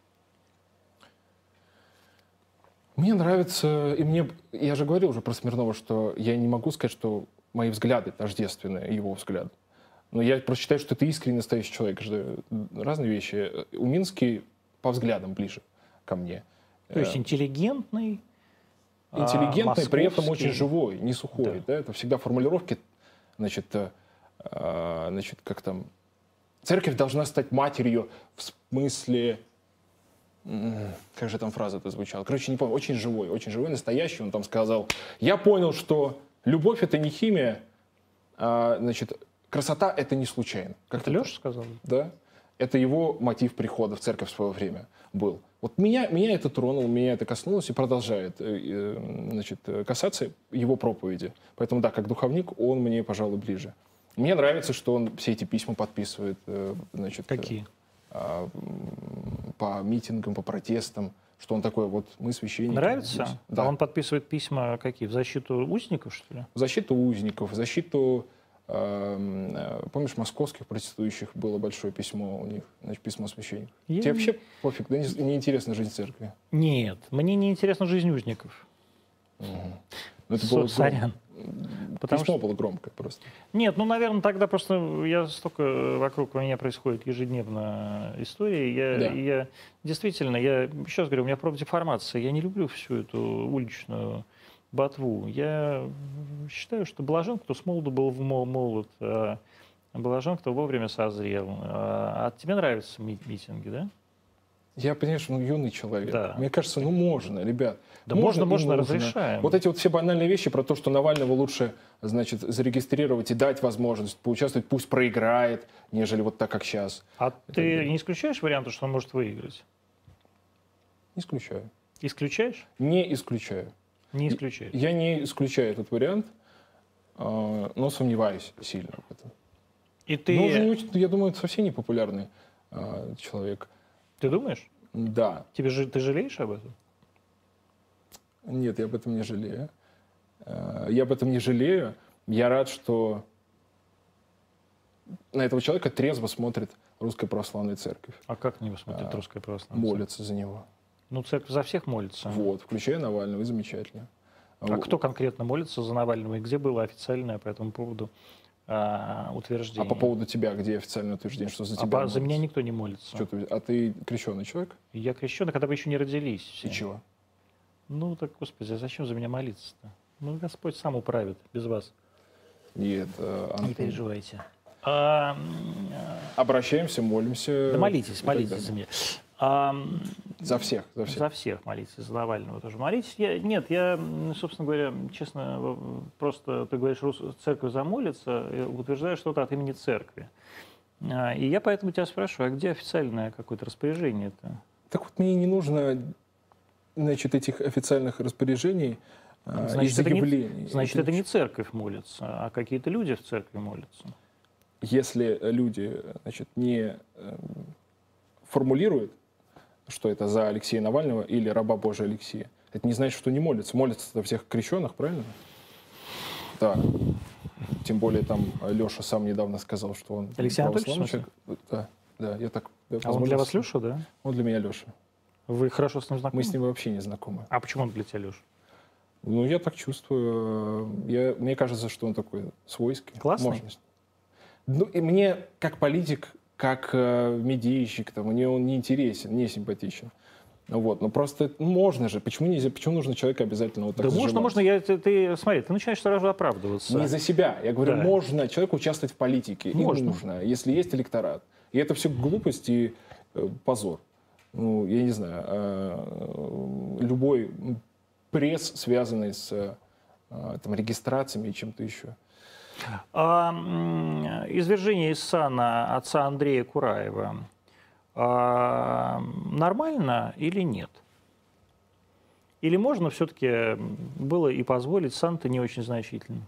Мне нравится, я же говорил уже про Смирнова, что я не могу сказать, что мои взгляды тождественны его взгляду. Но я просто считаю, что это искренне настоящий человек. Это же разные вещи. Уминский по взглядам ближе ко мне. То есть интеллигентный, интеллигентный, при этом очень живой, не сухой. Да. Да? Это всегда формулировки, значит, как там, церковь должна стать матерью в смысле, как же там фраза-то звучала, короче, не помню, очень живой, настоящий. Он там сказал, я понял, что любовь — это не химия, значит, красота — это не случайно. Как это Леша сказал? Да. Это его мотив прихода в церковь в свое время был. Вот меня это тронуло, меня это коснулось и продолжает значит, касаться его проповеди. Поэтому, да, как духовник он мне, пожалуй, ближе. Мне нравится, что он все эти письма подписывает. Значит, Какие? По митингам, по протестам. Что он такой, вот мы священники. Нравится? Да. А он подписывает письма какие? В защиту узников, что ли? В защиту узников, в защиту... Помнишь, московских протестующих было большое письмо у них, значит, письмо священников. Тебе вообще пофиг, да, не интересна жизнь церкви? Нет, мне не интересна жизнь узников. Ну, это было Сорян. Письмо было громкое просто. Нет, ну, наверное, тогда просто столько вокруг меня происходит ежедневно истории. Я действительно, я еще раз говорю, у меня профдеформация. Я не люблю всю эту уличную ботву. Я считаю, что блажен, кто с молоду был молод, блажен, кто вовремя созрел. А тебе нравятся митинги, да? Я, конечно, юный человек. Да. Мне кажется, можно, ребят. Да можно, разрешаем. Вот эти вот все банальные вещи про то, что Навального лучше, значит, зарегистрировать и дать возможность поучаствовать, пусть проиграет, нежели вот так, как сейчас. А ты не исключаешь варианта, что он может выиграть? Не исключаю. Исключаешь? Не исключаю. Не исключаешь. Я не исключаю этот вариант, но сомневаюсь сильно в этом. И ты... Но уже, я думаю, это совсем не популярный человек. Ты думаешь? Да. Ты жалеешь об этом? Нет, я об этом не жалею. Я об этом не жалею. Я рад, что на этого человека трезво смотрит Русская Православная Церковь. А как на него смотрит Русская Православная Церковь? Молятся за него. Ну, церковь за всех молится. Вот, включая Навального, и замечательно. А кто конкретно молится за Навального? И где было официальное по этому поводу утверждение? А по поводу тебя, где официальное утверждение, что за тебя за меня никто не молится. А ты крещеный человек? Я крещеный, когда вы еще не родились. Все. И чего? Ну, так, Господи, а зачем за меня молиться-то? Ну, Господь сам управит, без вас. Нет, Не переживайте. Обращаемся, молимся. Да молитесь за меня. За всех. За всех молитесь, за Навального тоже молитесь. Я, собственно говоря, честно, просто, ты говоришь, церковь замолится, утверждаю что-то от имени церкви. И я поэтому тебя спрашиваю, а где официальное какое-то распоряжение-то? Так вот, мне не нужно, значит, этих официальных распоряжений и заявлений. Значит, это не церковь молится, а какие-то люди в церкви молятся. Если люди, значит, не формулируют, что это за Алексея Навального или раба Божия Алексея, это не значит, что не молятся. Молятся за всех крещенных, правильно? Да. Тем более там Леша сам недавно сказал, что он Алексей Анатольевич? Да, я так... А он для вас Леша, да? Он для меня Леша. Вы хорошо с ним знакомы? Мы с ним вообще не знакомы. А почему он для тебя Леша? Ну, я так чувствую. Мне кажется, что он такой свойский. Классный? Ну, и мне, как политик, как медийщик, мне он не интересен, не симпатичен. Вот. Но просто можно же. Почему нельзя? Почему нужно человека обязательно вот так зажимать? Можно. Смотри, ты начинаешь сразу оправдываться. Не за себя. Я говорю, можно человеку участвовать в политике. Можно. И нужно, если есть электорат. И это все глупость и позор. Ну, я не знаю. Любой пресс, связанный с регистрациями и чем-то еще. Извержение из сана отца Андрея Кураева нормально или нет? Или можно все-таки было и позволить, сан-то не очень значительный?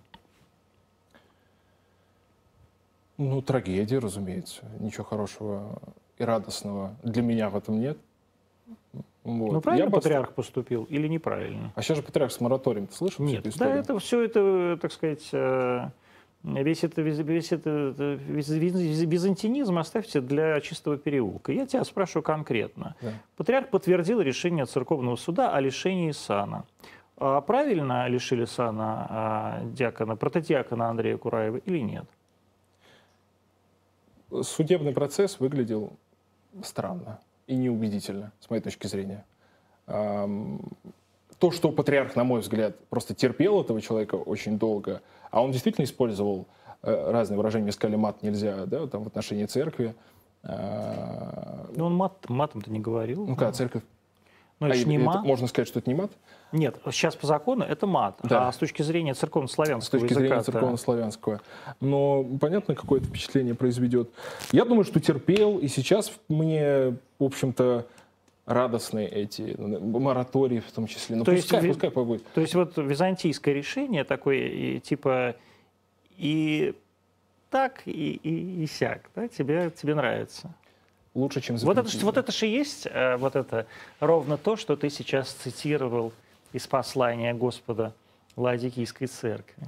Ну, трагедия, разумеется. Ничего хорошего и радостного для меня в этом нет. Вот. Ну, правильно патриарх поступил или неправильно? А сейчас же патриарх с мораторием, ты слышал? Нет, да, это все это, так сказать, весь этот византинизм оставьте для чистого переулка. Я тебя спрашиваю конкретно. Да. Патриарх подтвердил решение церковного суда о лишении сана. Правильно лишили сана протодиакона Андрея Кураева или нет? Судебный процесс выглядел странно и неубедительно, с моей точки зрения. То, что патриарх, на мой взгляд, просто терпел этого человека очень долго, а он действительно использовал разные выражения, мы сказали, мат нельзя, да, там, в отношении церкви. Ну, он матом-то не говорил. Ну, когда церковь... Но это же не мат. Можно сказать, что это не мат? Нет, сейчас по закону это мат. Да. А с точки зрения церковнославянского языка... С точки зрения церковнославянского. Но понятно, какое это впечатление произведет. Я думаю, что терпел, и сейчас мне, в общем-то, радостны эти моратории в том числе. Но пускай побудет. То есть вот византийское решение такое, и, типа, и так, и сяк, да? Тебе нравится? Лучше, чем вот это же и есть вот это ровно то, что ты сейчас цитировал из послания Господа Ладикийской церкви.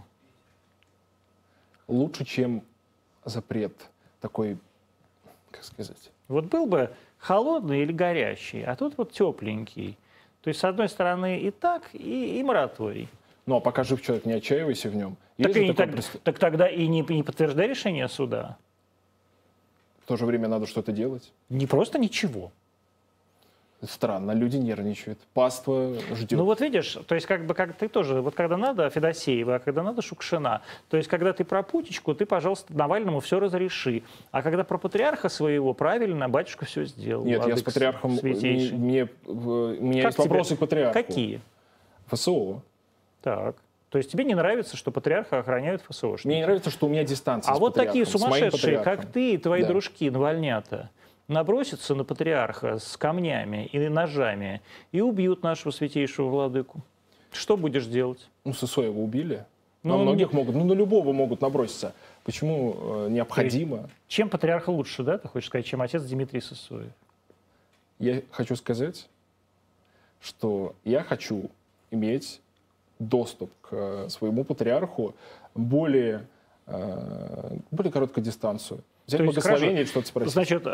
Лучше, чем запрет такой, как сказать... Вот был бы холодный или горячий, а тут вот тепленький. То есть, с одной стороны, и так, и мораторий. Ну, а пока жив человек, не отчаивайся в нем. Так тогда и не подтверждай решение суда. В то же время надо что-то делать. Не просто ничего. Странно, люди нервничают. Паства ждет. Ну вот видишь, то есть как ты тоже, вот когда надо Федосеева, а когда надо Шукшина, то есть когда ты про путечку, ты, пожалуйста, Навальному все разреши. А когда про патриарха своего, правильно, батюшка все сделал. Нет, я с патриархом, у меня есть вопросы к патриарху. Какие? ФСО. Так. То есть тебе не нравится, что патриарха охраняют ФСОшники? Мне не нравится, что у меня дистанция с вот такие сумасшедшие, как ты и твои дружки, навальнята, набросятся на патриарха с камнями и ножами и убьют нашего святейшего владыку. Что будешь делать? Ну, Сысоева убили. На многих могут, на любого могут наброситься. Почему необходимо? Чем патриарха лучше, да, ты хочешь сказать, чем отец Дмитрий Сысоев? Я хочу сказать, что я хочу иметь доступ к своему патриарху более короткую дистанцию. Взять благословение и что-то спросить. Значит,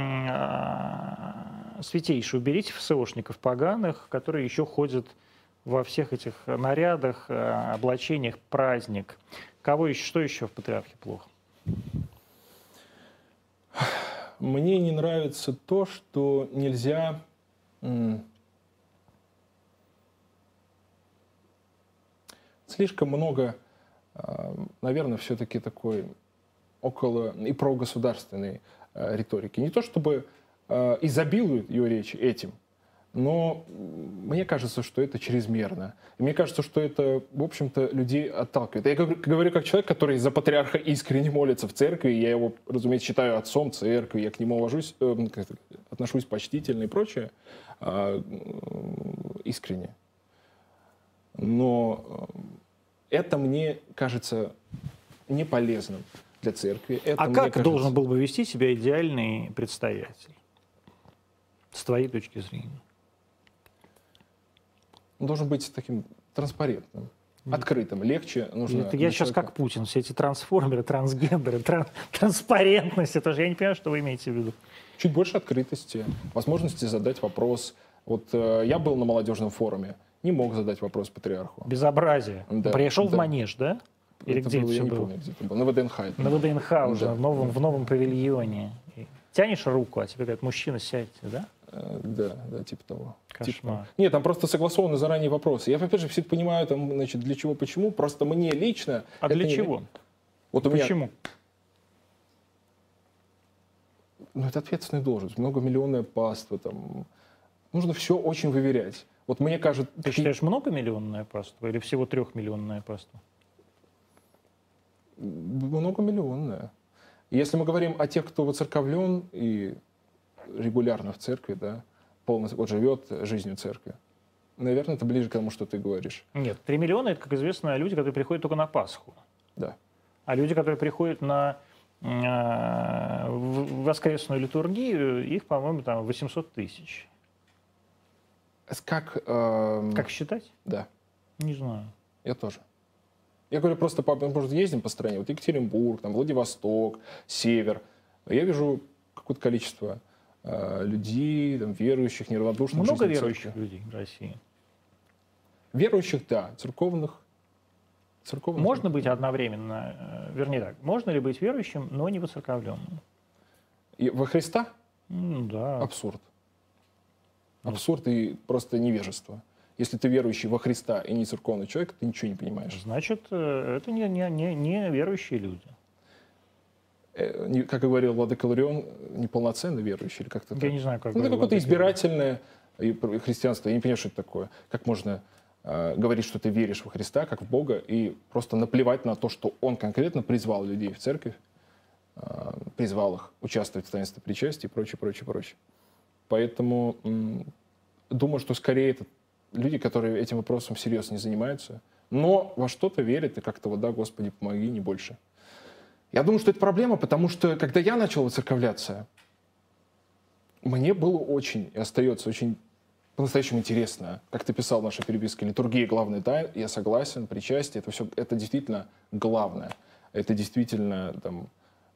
святейший, уберите ФСОшников поганых, которые еще ходят во всех этих нарядах, облачениях, праздник. Что еще в патриархе плохо? Мне не нравится то, что нельзя... Слишком много, наверное, все-таки такой около и прогосударственной риторики. Не то чтобы изобилуют ее речи этим, но мне кажется, что это чрезмерно. И мне кажется, что это, в общем-то, людей отталкивает. Я говорю как человек, который за патриарха искренне молится в церкви. Я его, разумеется, считаю отцом церкви. Я к нему отношусь почтительно и прочее. Искренне. Но это мне кажется не полезным для церкви. Как должен был бы вести себя идеальный представитель? С твоей точки зрения. Он должен быть таким транспарентным, открытым. Легче нужно... Я сейчас как Путин. Все эти трансформеры, трансгендеры, транспарентность. Это же я не понимаю, что вы имеете в виду. Чуть больше открытости, возможности задать вопрос. Вот я был на молодежном форуме, не мог задать вопрос патриарху. Безобразие. Да, пришел в Манеж, да? Или где это все было? Помню, где это было. На ВДНХ. На ВДНХ уже, да. в новом павильоне. Тянешь руку, а тебе говорят, мужчина, сядьте, да? Да, типа того. Кошмар. Нет, там просто согласованы заранее вопросы. Я, опять же, все это понимаю, там, значит, для чего, почему. Просто мне лично... А для чего? Вот у меня... Почему? Ну, это ответственная должность, многомиллионное паство, там... Нужно все очень выверять. Вот мне кажется... Ты считаешь многомиллионное паство или всего 3-миллионное паство? Многомиллионное. Если мы говорим о тех, кто воцерковлен и регулярно в церкви, да, полностью вот живет жизнью церкви, наверное, это ближе к тому, что ты говоришь. Нет, 3 миллиона – это, как известно, люди, которые приходят только на Пасху. Да. А люди, которые приходят на воскресную литургию, их, по-моему, там 800 тысяч. Как считать? Да. Не знаю. Я тоже. Я говорю, просто может, ездим по стране, вот Екатеринбург, там, Владивосток, Север. Я вижу какое-то количество людей, там, верующих, неравнодушных. Много верующих людей в России? Верующих, да. Церковных. Можно быть одновременно, вернее так, можно ли быть верующим, но не воцерковленным? Во Христа? Да. Абсурд. Абсурд и просто невежество. Если ты верующий во Христа и не церковный человек, ты ничего не понимаешь. Значит, это не верующие люди. Как и говорил владыка Ларион, неполноценно верующий или как-то так. Я не знаю, как это какое-то избирательное и христианство, я не понимаю, что это такое. Как можно говорить, что ты веришь во Христа, как в Бога, и просто наплевать на то, что Он конкретно призвал людей в церковь, призвал их участвовать в таинстве причастия и прочее, прочее, прочее. Поэтому думаю, что скорее это люди, которые этим вопросом всерьез не занимаются, но во что-то верят и как-то вот, да, Господи, помоги, не больше. Я думаю, что это проблема, потому что, когда я начал воцерковляться, мне было очень и остается очень по-настоящему интересно. Как ты писал в нашей переписке, литургия — главный тайн, я согласен, причастие — это все, это действительно главное. Это действительно там,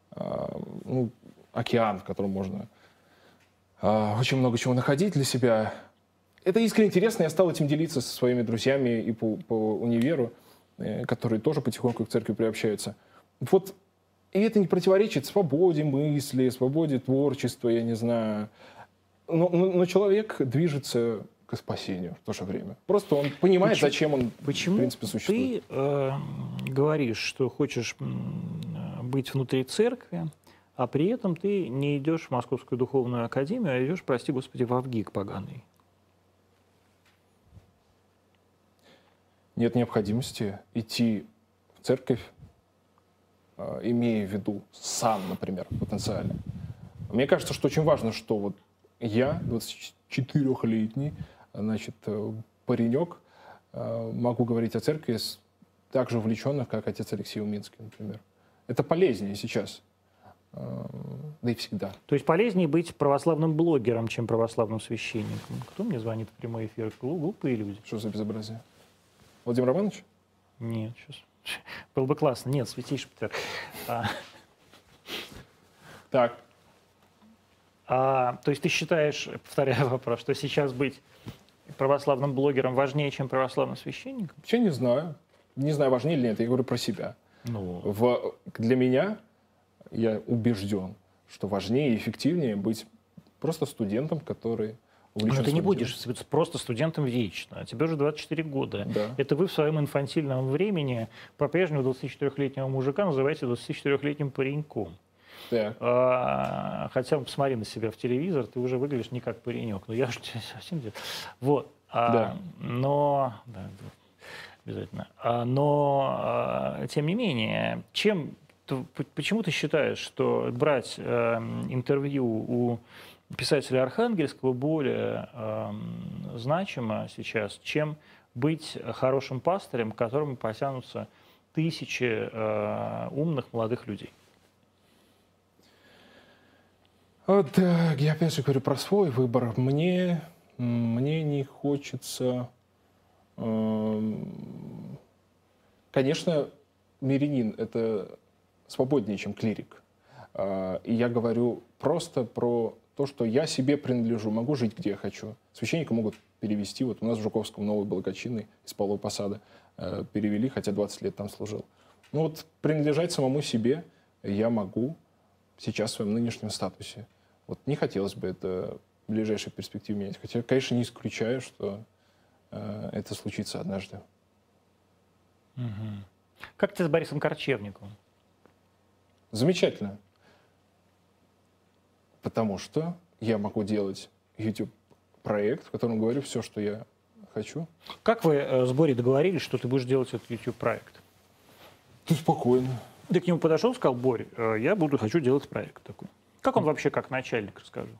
океан, в котором можно очень много чего находить для себя. Это искренне интересно, я стал этим делиться со своими друзьями и по универу, которые тоже потихоньку к церкви приобщаются. Вот. И это не противоречит свободе мысли, свободе творчества, я не знаю. Но человек движется к спасению в то же время. Просто он понимает, зачем он, в принципе, существует. Ты говоришь, что хочешь быть внутри церкви, а при этом ты не идешь в Московскую духовную академию, а идешь, прости господи, в Авгик поганый. Нет необходимости идти в церковь, имея в виду сан, например, потенциально. Мне кажется, что очень важно, что вот я, 24-летний, значит, паренек, могу говорить о церкви так же увлеченно, как отец Алексей Уминский, например. Это полезнее сейчас, да и всегда. То есть полезнее быть православным блогером, чем православным священником? Кто мне звонит в прямой эфир? Глупые люди. Что за безобразие? Владимир Романович? Нет, сейчас. Было бы классно. Нет, святейший Патриарх. Так. То есть ты считаешь, повторяю вопрос, что сейчас быть православным блогером важнее, чем православным священником? Я не знаю. Не знаю, важнее или нет. Я говорю про себя. Для меня, я убежден, что важнее и эффективнее быть просто студентом, который увлечен. Но ты не будешь просто студентом вечно. А тебе уже 24 года. Да. Это вы в своем инфантильном времени по-прежнему 24-летнего мужика называете 24-летним пареньком. Хотя посмотри на себя в телевизор, ты уже выглядишь не как паренек. Но я же совсем... Вот. Да. Но... Да, обязательно. Но, тем не менее, почему ты считаешь, что брать интервью у писателя Архангельского более значимо сейчас, чем быть хорошим пастырем, к которому потянутся тысячи умных молодых людей? Вот, я опять же говорю про свой выбор. Мне не хочется... Конечно, мирянин — это свободнее, чем клирик. И я говорю просто про то, что я себе принадлежу, могу жить, где я хочу. Священника могут перевести. Вот у нас в Жуковском новый благочинный из Павлова Посада перевели, хотя 20 лет там служил. Ну вот принадлежать самому себе я могу сейчас в своем нынешнем статусе. Вот не хотелось бы это в ближайшей перспективе менять. Хотя, конечно, не исключаю, что это случится однажды. Угу. Как ты с Борисом Корчевниковым? Замечательно. Потому что я могу делать YouTube-проект, в котором говорю все, что я хочу. Как вы с Борей договорились, что ты будешь делать этот YouTube-проект? Ты спокойно. Ты к нему подошел и сказал: Борь, я хочу делать проект такой. Как он вообще как начальник, расскажи?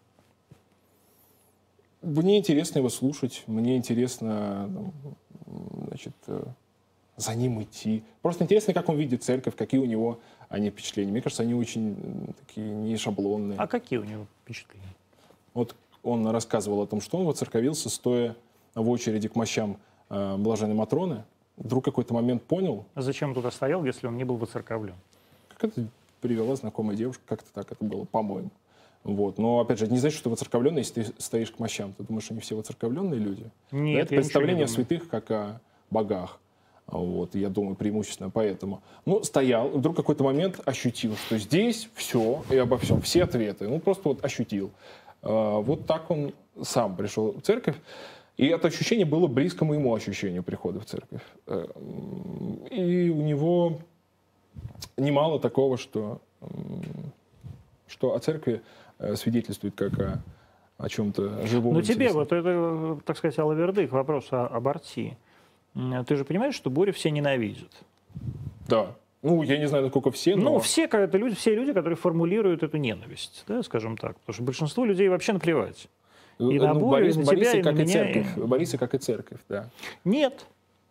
Мне интересно его слушать, мне интересно, значит, за ним идти. Просто интересно, как он видит церковь, какие у него впечатления. Мне кажется, они очень такие не шаблонные. А какие у него впечатления? Вот он рассказывал о том, что он воцерковился, стоя в очереди к мощам Блаженной Матроны. Вдруг какой-то момент понял. А зачем он туда стоял, если он не был воцерковлен? Как это привела знакомая девушка, как-то так это было, по-моему. Вот. Но, опять же, это не значит, что воцерковленный, если ты стоишь к мощам. Ты думаешь, они все воцерковленные люди? Нет, да, это представление о святых, как о богах. Вот. Я думаю, преимущественно поэтому. Ну, стоял, вдруг какой-то момент ощутил, что здесь все и обо всем, все ответы. Ну, просто вот ощутил. Вот так он сам пришел в церковь. И это ощущение было близко моему ощущению прихода в церковь. И у него немало такого, что о церкви свидетельствует как о о чем-то живом. Но тебе вот это, так сказать, алаверды к вопросу об Арти. Ты же понимаешь, что Борю все ненавидят? Да. Ну, я не знаю, насколько все, но... Ну, все люди, которые формулируют эту ненависть, да, скажем так. Потому что большинству людей вообще наплевать. И на Борю, и на тебя, и на меня. Бориса, как и церковь, да. Нет.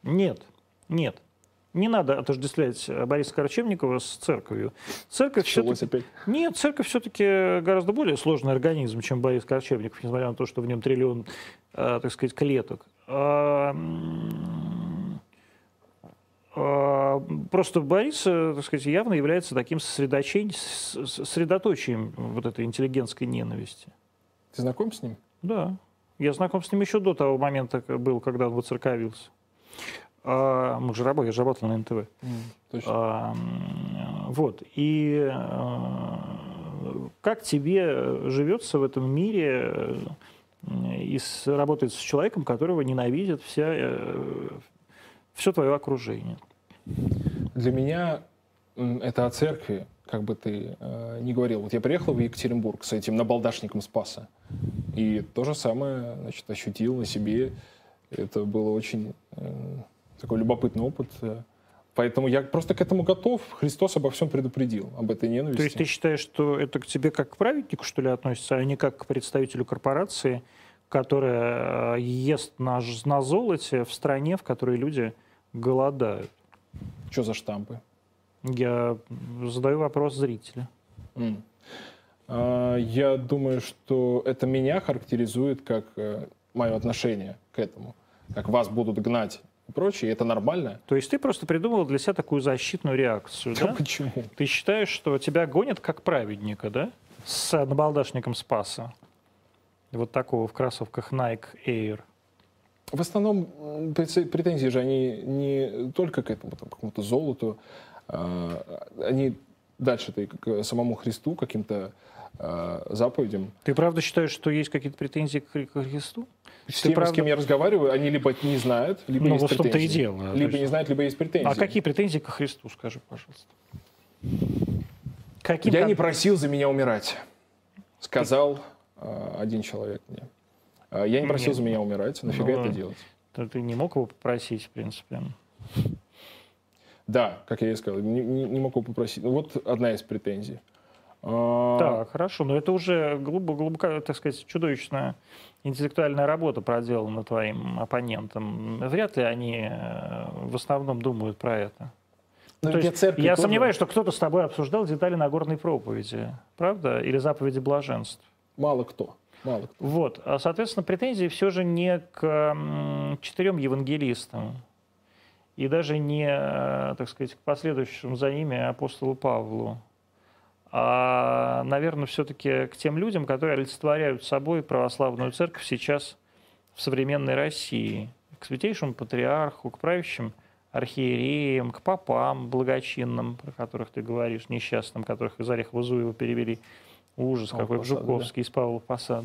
Не надо отождествлять Бориса Корчевникова с церковью. Церковь все-таки... Нет, церковь все-таки гораздо более сложный организм, чем Борис Корчевников, несмотря на то, что в нем триллион, так сказать, клеток. Просто Борис, так сказать, явно является таким сосредоточием вот этой интеллигентской ненависти. Ты знаком с ним? Да. Я знаком с ним еще до того момента был, когда он воцерковился. Я же работал на НТВ. Точно. Вот. И как тебе живется в этом мире и работает с человеком, которого ненавидит все твое окружение? Для меня это о церкви, как бы ты ни говорил. Вот я приехал в Екатеринбург с этим набалдашником Спаса. И то же самое, значит, ощутил на себе. Это было очень такой любопытный опыт. Поэтому я просто к этому готов. Христос обо всем предупредил, об этой ненависти. То есть ты считаешь, что это к тебе как к праведнику, что ли, относится, а не как к представителю корпорации, которая ест на золоте в стране, в которой люди голодают? Что за штампы? Я задаю вопрос зрителя. Я думаю, что это меня характеризует как мое отношение к этому. Как вас будут гнать и прочее, это нормально. То есть ты просто придумал для себя такую защитную реакцию, да? Почему? Ты считаешь, что тебя гонят как праведника, да? С набалдашником Спаса. Вот такого в кроссовках Nike Air. В основном претензии же они не только к этому, там, к какому-то золоту, они дальше-то и к самому Христу, каким-то заповедям. Ты правда считаешь, что есть какие-то претензии к Христу? С теми, с кем я разговариваю, они либо не знают, либо есть претензии. В том-то и дело. Либо не знают, либо есть претензии. А какие претензии к Христу, скажи, пожалуйста? Я не просил за меня умирать, сказал один человек мне. Я не просил за меня умирать, нафига это делать? Ты не мог его попросить, в принципе. Да, как я и сказал, не мог его попросить. Вот одна из претензий. Так, хорошо, но это уже глубоко, так сказать, чудовищная интеллектуальная работа проделана твоим оппонентом. Вряд ли они в основном думают про это. То есть, я сомневаюсь, что кто-то с тобой обсуждал детали Нагорной проповеди, правда? Или заповеди блаженств. Мало кто. Вот, соответственно, претензии все же не к 4 евангелистам и даже не, так сказать, к последующему за ними апостолу Павлу, а, наверное, все-таки к тем людям, которые олицетворяют собой православную церковь сейчас в современной России, к святейшему патриарху, к правящим архиереям, к попам благочинным, про которых ты говоришь, несчастным, которых из Орехово-Зуева перевели. Ужас какой, в Жуковский, из Павла Посада.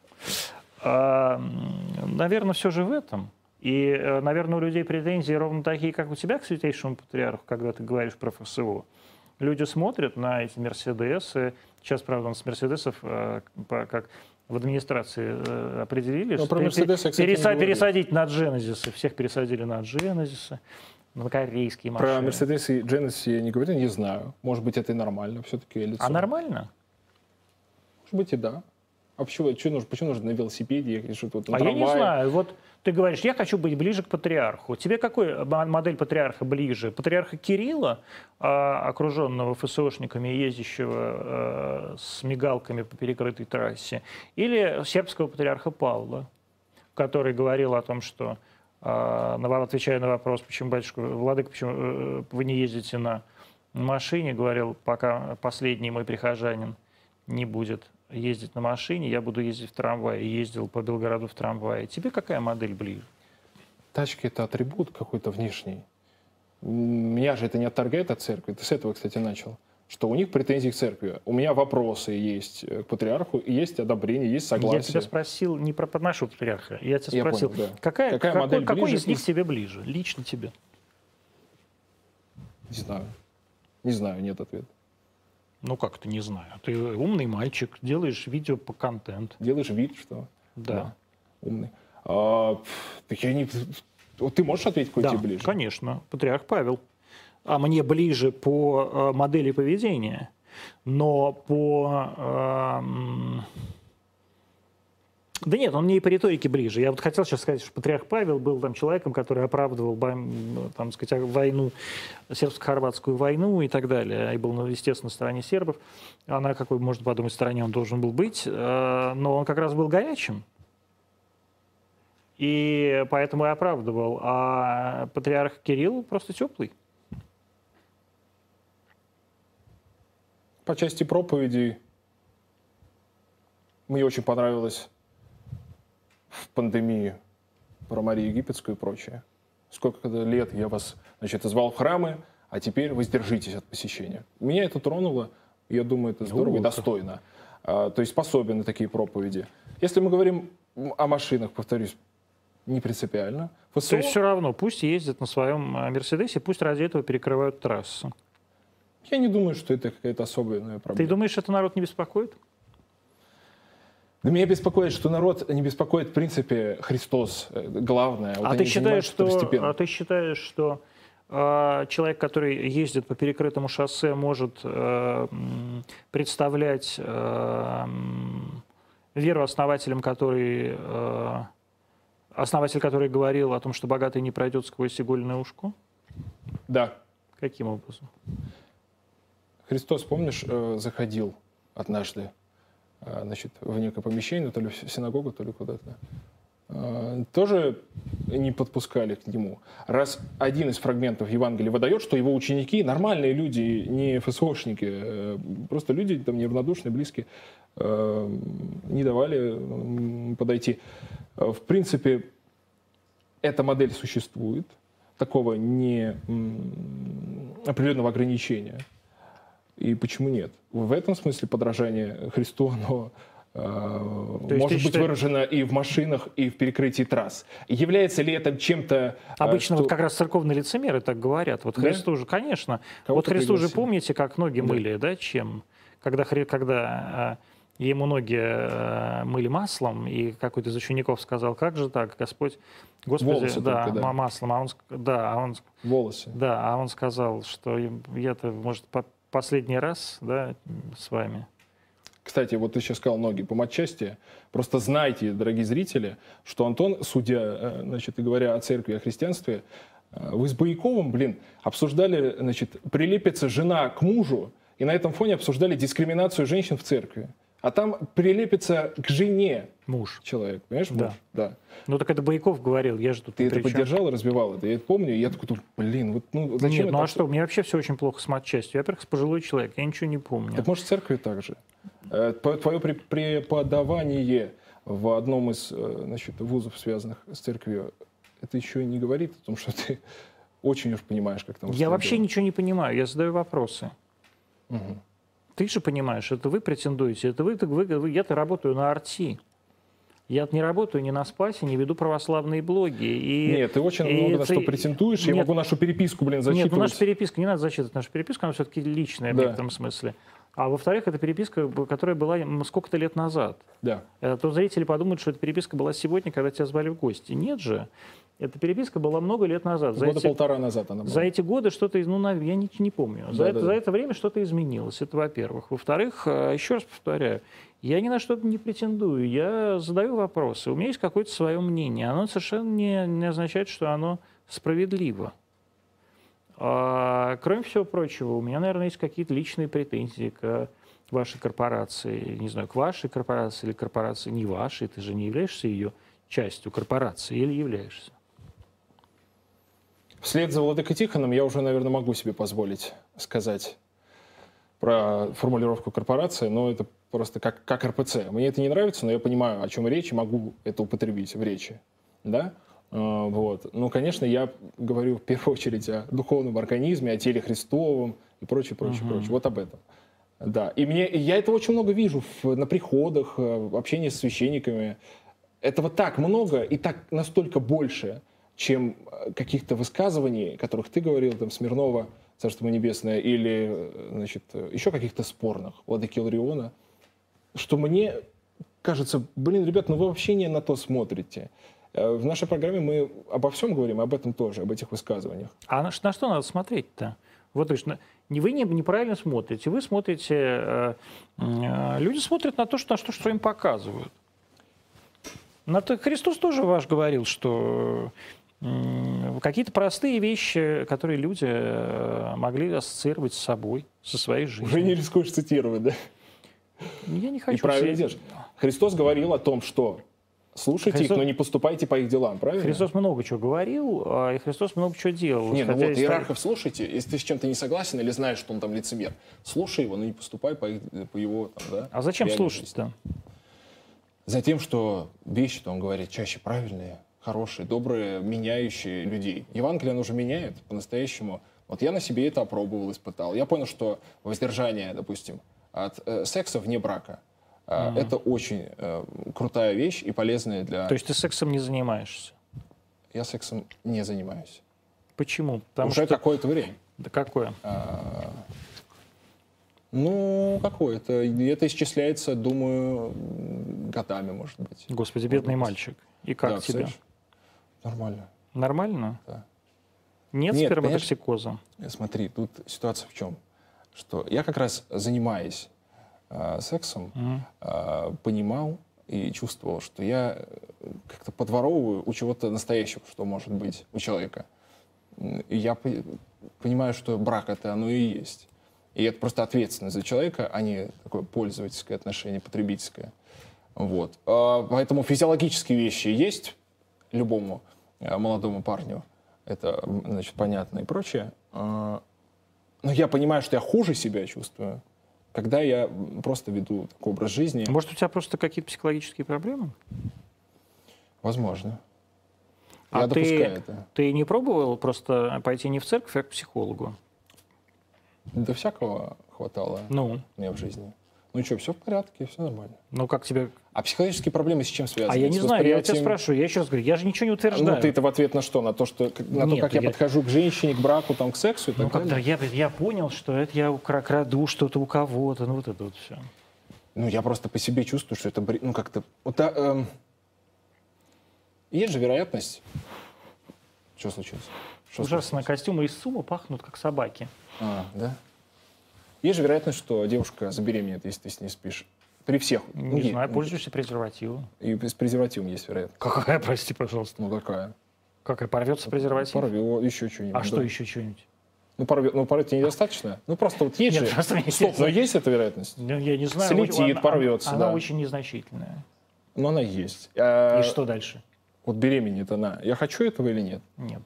Наверное, все же в этом. И, наверное, у людей претензии ровно такие, как у тебя к святейшему патриарху, когда ты говоришь про ФСО. Люди смотрят на эти Мерседесы. Сейчас, правда, с Мерседесов, как в администрации определили, пересадить на Дженезисы. Всех пересадили на Дженезисы, на корейские машины. Про Мерседес и Дженезис я не говорю, не знаю. Может быть, это и нормально. Все-таки лицо. А нормально? Может быть, и да. А почему нужно на велосипеде ехать? Что-то вот на трамвае? Я не знаю. Вот ты говоришь, я хочу быть ближе к патриарху. Тебе какой модель патриарха ближе? Патриарха Кирилла, окруженного ФСОшниками, ездящего с мигалками по перекрытой трассе? Или сербского патриарха Павла, который говорил о том, что, отвечая на вопрос, почему, батюшка, владыка, почему вы не ездите на машине, говорил, пока последний мой прихожанин не будет ездить на машине, я буду ездить в трамвае. И ездил по Белгороду в трамвае. Тебе какая модель ближе? Тачки — это атрибут какой-то внешний. Меня же это не отторгает от церкви. Ты с этого, кстати, начал. Что у них претензии к церкви. У меня вопросы есть к патриарху, есть одобрение, есть согласие. Я тебя спросил не про нашего патриарха. Я тебя спросил, понял, да. какой из них тебе ближе? Лично тебе? Не знаю. Не знаю, нет ответа. Ну, как ты не знаю. Ты умный мальчик, делаешь видео по контент. Делаешь вид, что Да. умный. Так я не... Вот ты можешь ответить, какой тебе ближе? Конечно, патриарх Павел. А мне ближе по модели поведения, но по... Да нет, он мне и по риторике ближе. Я вот хотел сейчас сказать, что патриарх Павел был там человеком, который оправдывал, там, сказать, войну, сербско-хорватскую войну и так далее. И был, естественно, на стороне сербов. А на какой, можно подумать, стороне он должен был быть. Но он как раз был горячим. И поэтому и оправдывал. А патриарх Кирилл просто теплый. По части проповедей мне очень понравилось в пандемию про Марию Египетскую и прочее. Сколько лет я вас, значит, звал в храмы, а теперь воздержитесь от посещения. Меня это тронуло, я думаю, это здорово и достойно. То есть способен на такие проповеди. Если мы говорим о машинах, повторюсь, не принципиально. ФСО... То есть все равно, пусть ездят на своем Мерседесе, пусть ради этого перекрывают трассу. Я не думаю, что это какая-то особенная проблема. Ты думаешь, это народ не беспокоит? Да меня беспокоит, что народ не беспокоит, в принципе, Христос. Главное. Вот ты считаешь, что человек, который ездит по перекрытому шоссе, может представлять веру основатель, который говорил о том, что богатый не пройдет сквозь игольное ушко? Да. Каким образом? Христос, помнишь, заходил однажды, значит, в некое помещение, то ли в синагогу, то ли куда-то. Тоже не подпускали к нему. Раз один из фрагментов Евангелия выдает, что его ученики нормальные люди, не ФСОшники, просто люди там неравнодушные, близкие, не давали подойти. В принципе, эта модель существует, такого определенного ограничения. И почему нет? В этом смысле подражание Христу, оно может быть выражено и в машинах, и в перекрытии трасс. Является ли это чем-то... Обычно вот как раз церковные лицемеры так говорят. Вот Христу же, конечно. Вот Христу же помните, как ноги мыли, да, чем? Когда ему ноги мыли маслом, и какой-то из учеников сказал, как же так, Господь, Господи, волосы да, только, да. маслом, волосы. Да, а он сказал, что я-то, может, последний раз, да, с вами. Кстати, вот ты сейчас сказал ноги по матчасти. Просто знайте, дорогие зрители, что Антон, судя, значит, и говоря о церкви, о христианстве, вы с Бояковым, обсуждали, значит, прилепится жена к мужу, и на этом фоне обсуждали дискриминацию женщин в церкви. А там прилепится к жене муж. Человек, понимаешь? Да. Муж. Да. Ну так это Бояков говорил, я же тут... Ты это поддержал и развивал это. Я это помню, и я такой, зачем Нет, это? А что, мне вообще все очень плохо с матчастью. Я, во-первых, пожилой человек, я ничего не помню. Так может, в церкви так же? Твое преподавание в одном из, значит, вузов, связанных с церковью, это еще и не говорит о том, что ты очень уж понимаешь, как там... Я вообще ничего не понимаю, я задаю вопросы. Угу. Ты же понимаешь, это вы претендуете, я-то работаю на Арти. Я не работаю ни на Спасе, не веду православные блоги. Нет, ты очень много на что претендуешь. Я могу нашу переписку, зачитывать. Нет, наша переписка, не надо зачитывать нашу переписку, она все-таки личная в некотором смысле. А во-вторых, это переписка, которая была сколько-то лет назад. Да. То зрители подумают, что эта переписка была сегодня, когда тебя звали в гости. Нет же. Эта переписка была много лет назад. Полтора назад она была. За эти годы что-то, я не помню. За это время что-то изменилось. Это во-первых. Во-вторых, еще раз повторяю, я ни на что не претендую. Я задаю вопросы. У меня есть какое-то свое мнение. Оно совершенно не означает, что оно справедливо. Кроме всего прочего, у меня, наверное, есть какие-то личные претензии к вашей корпорации. Не знаю, к вашей корпорации или корпорации не вашей. Ты же не являешься ее частью корпорации или являешься? Вслед за Владыкой Тихоном я уже, наверное, могу себе позволить сказать про формулировку корпорации, но это просто как РПЦ. Мне это не нравится, но я понимаю, о чем речь, и могу это употребить в речи. Да? Вот. Ну, конечно, я говорю в первую очередь о духовном организме, о теле Христовом и прочее. Вот об этом. Да. И я это очень много вижу на приходах, в общении с священниками. Этого так много и так настолько больше, чем каких-то высказываний, о которых ты говорил, там, Смирнова, Царство небесное, или, значит, еще каких-то спорных, владыки Илариона, что мне кажется, блин, ребят, ну вы вообще не на то смотрите. В нашей программе мы обо всем говорим, об этом тоже, об этих высказываниях. А на что надо смотреть-то? Вот вы неправильно смотрите. Вы смотрите... люди смотрят на то, что им показывают. Христос тоже ваш говорил, что какие-то простые вещи, которые люди могли ассоциировать с собой, со своей жизнью. Уже не рискуешь цитировать, да? Я не хочу. И правильно делаешь. Христос говорил о том, что слушайте их, но не поступайте по их делам, правильно? Христос много чего говорил, и Христос много чего делал. Не, ну вот иерархов слушайте, если ты с чем-то не согласен или знаешь, что он там лицемер, слушай его, но не поступай по его там, да. А зачем слушать-то? Затем, что вещи-то, он говорит, чаще правильные, хорошие, добрые, меняющие людей. Евангелие, оно уже меняет по-настоящему. Вот я на себе это опробовал, испытал. Я понял, что воздержание, допустим, от секса вне брака, это очень крутая вещь и полезная для... То есть ты сексом не занимаешься? Я сексом не занимаюсь. Почему? Уже какое-то время. Да какое? Ну, какое-то. Это исчисляется, думаю, годами, может быть. Господи, бедный мальчик. И как тебе? Кстати, нормально. Нормально? Да. Нет сперматоксикоза? Смотри, тут ситуация в чем? Что я как раз, занимаясь сексом, понимал и чувствовал, что я как-то подворовываю у чего-то настоящего, что может быть у человека. И я понимаю, что брак — это оно и есть. И это просто ответственность за человека, а не такое пользовательское отношение, потребительское. Вот. Поэтому физиологические вещи есть любому молодому парню. Это, значит, понятно и прочее. Но я понимаю, что я хуже себя чувствую, когда я просто веду такой образ жизни. Может, у тебя просто какие-то психологические проблемы? Возможно. Я допускаю это. Ты не пробовал просто пойти не в церковь, а к психологу? Да всякого хватало мне в жизни. Ну что, все в порядке, все нормально. Ну как тебе... А психологические проблемы с чем связаны? А я не знаю, я тебя спрашиваю, я еще раз говорю, я же ничего не утверждаю. Ну ты это в ответ на что? На то, что, на то, как я подхожу к женщине, к браку, там, к сексу и так далее? Когда я понял, что это я краду что-то у кого-то, ну вот это вот все. Ну я просто по себе чувствую, что это, ну как-то... Вот, есть же вероятность... Что случилось? Ужасно, костюмы из СУМа пахнут как собаки. Да? Есть же вероятность, что девушка забеременеет, если ты с ней спишь. При всех. Не знаю, пользуешься презервативом. И с презервативом есть вероятность. Какая, прости, пожалуйста? Ну, какая? Какая? Порвется презерватив? Порвет, еще что-нибудь. А что еще что-нибудь? Ну, порвет тебе недостаточно? Ну, просто вот есть же... Стоп, но есть эта вероятность? Я не знаю. Слетит, порвется, Она очень незначительная. Но она есть. И что дальше? Вот беременеет она. Я хочу этого или нет? Нет.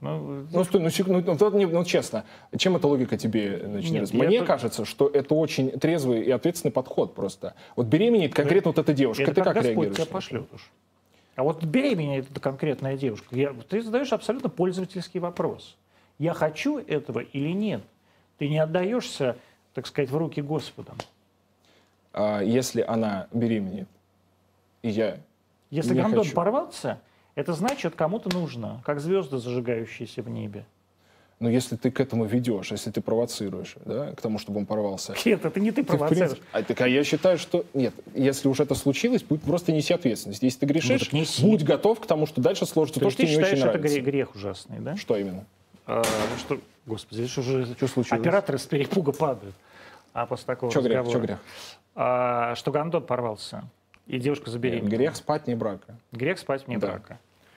Ну, честно, чем эта логика тебе начинает? Мне кажется, что это очень трезвый и ответственный подход просто. Вот беременеет конкретно вот эта девушка. Это ты как Господь реагируешь? тебя пошлет уж. А вот беременеет эта конкретная девушка. Ты задаешь абсолютно пользовательский вопрос. Я хочу этого или нет? Ты не отдаешься, так сказать, в руки Господа. Если она беременеет, и я Если не гондон хочу. порвался, это значит, кому-то нужно, как звезды, зажигающиеся в небе. Но если ты к этому ведешь, если ты провоцируешь, да, к тому, чтобы он порвался... Нет, это не ты провоцируешь. А я считаю, что... Нет, если уж это случилось, просто неси ответственность. Если ты грешишь, будь готов к тому, что дальше сложится то, что тебе не очень нравится. Ты считаешь, это грех ужасный, да? Что именно? Господи, здесь уже что случилось? Операторы с перепуга падают. А после такого разговора... Что грех? Что гондон порвался, и девушка забеременела. Грех спать вне брака. Грех спать вне брака.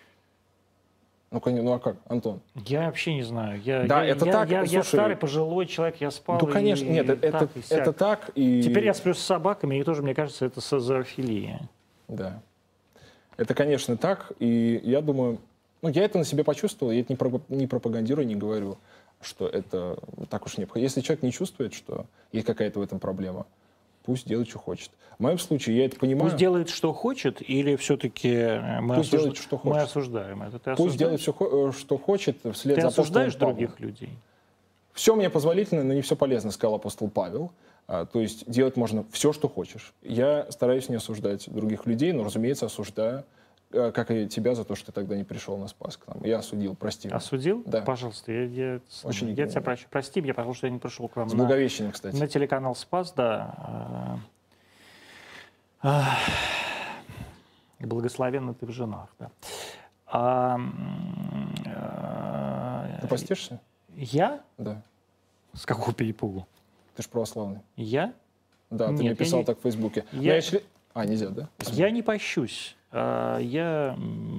Ну а как, Антон? Я вообще не знаю. Я старый, пожилой человек, я спал. Ну, конечно, нет, это так. И... Теперь я сплю с собаками, и тоже, мне кажется, это зоофилия. Да. Это, конечно, так. И я думаю, я это на себе почувствовал, я это не пропагандирую, не говорю, что это так уж необходимо. Если человек не чувствует, что есть какая-то в этом проблема, пусть делает, что хочет. В моем случае я это понимаю. Пусть делает, что хочет, или все-таки мы осуждаем это? Пусть делает все, что хочет, вслед за апостолом Павлом. Ты осуждаешь других людей? Все мне позволительно, но не все полезно, сказал апостол Павел. То есть делать можно все, что хочешь. Я стараюсь не осуждать других людей, но, разумеется, осуждаю как и тебя за то, что ты тогда не пришел на Спаск. Там. Я осудил, прости. Осудил? Да. Пожалуйста, я тебя прощу. Прости меня, потому что я не пришел к вам С Благовещением, кстати. на телеканал «Спас», да. Благословенна ты в женах, да. Ты постишься? Я? Да. С какого перепугу? Ты же православный. Я? Да, ты мне писал так в Фейсбуке. Нельзя, да? Я не пощусь. Я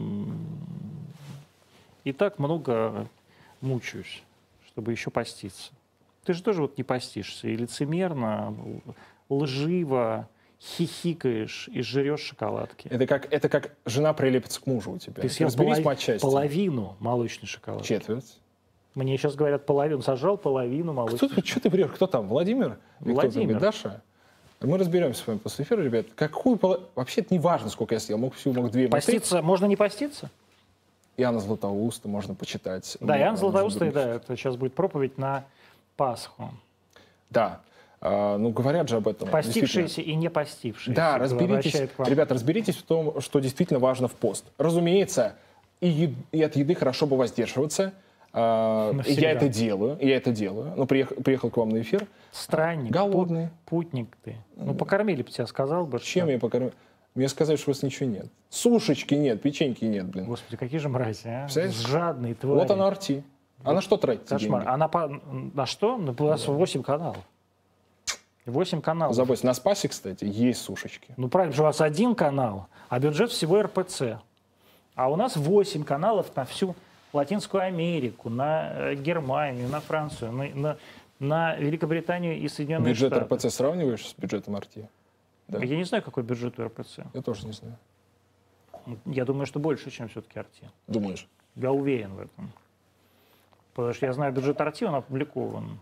и так много мучаюсь, чтобы еще поститься. Ты же тоже вот не постишься. И лицемерно, лживо хихикаешь и жрешь шоколадки. Это как жена прилепится к мужу у тебя. Ты съел половину молочной шоколадки. Четверть. Мне сейчас говорят половину. Сожрал половину молочной шоколадки. Что ты врешь? Кто там? Владимир? Владимир. Даша? Мы разберемся с вами после эфира, ребят. Вообще это не важно, сколько я съел. Мог две. Поститься? Можно не поститься? Иоанна Златоуста можно почитать. Да, Иоанн Златоуста, да, это сейчас будет проповедь на Пасху. Да. Говорят же об этом. Постившиеся и не постившиеся. Да, разберитесь, ребята, разберитесь в том, что действительно важно в пост. Разумеется, и от еды хорошо бы воздерживаться. Я это делаю. Но приехал к вам на эфир. Странник. Голодный. Путник ты. Покормили бы тебя, сказал бы. Чем я покормил? Мне сказали, что у вас ничего нет. Сушечки нет, печеньки нет, блин. Господи, какие же мрази, а? Жадные твари. Вот она арти. А на что тратить деньги? На что? У нас 8 каналов. 8 каналов. Заботься. На Спасе, кстати, есть сушечки. Правильно, что у вас 1 канал, а бюджет всего РПЦ. А у нас 8 каналов на всю Латинскую Америку, на Германию, на Францию, на Великобританию и Соединенные Штаты. Бюджет РПЦ сравниваешь с бюджетом Арти? Да. Я не знаю, какой бюджет у РПЦ. Я тоже не знаю. Я думаю, что больше, чем все-таки Арти. Думаешь? Я уверен в этом. Потому что я знаю бюджет Арти, он опубликован.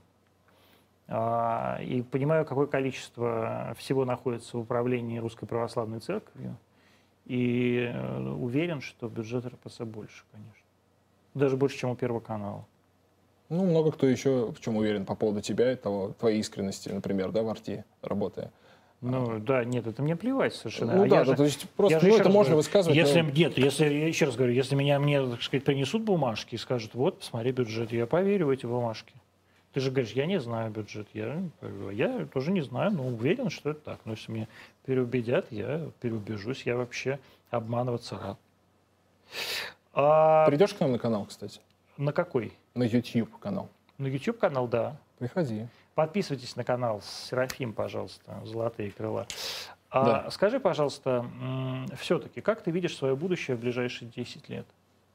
И понимаю, какое количество всего находится в управлении Русской Православной Церковью. И уверен, что бюджет РПЦ больше, конечно. Даже больше, чем у Первого канала. Много кто еще в чем уверен по поводу тебя и твоей искренности, например, да, в Арти, работая. Да, нет, это мне плевать совершенно. То есть просто это можно высказывать. Если, я еще раз говорю, если мне, так сказать, принесут бумажки и скажут, вот, посмотри бюджет, я поверю в эти бумажки. Ты же говоришь, я не знаю бюджет. Я тоже не знаю, но уверен, что это так. Но если меня переубедят, я переубежусь. Я вообще обманываться рад. Придешь к нам на канал, кстати? На какой? На YouTube канал. На YouTube канал, да. Приходи. Подписывайтесь на канал Серафим, пожалуйста, «Золотые крыла». Да. Скажи, пожалуйста, все-таки, как ты видишь свое будущее в ближайшие 10 лет?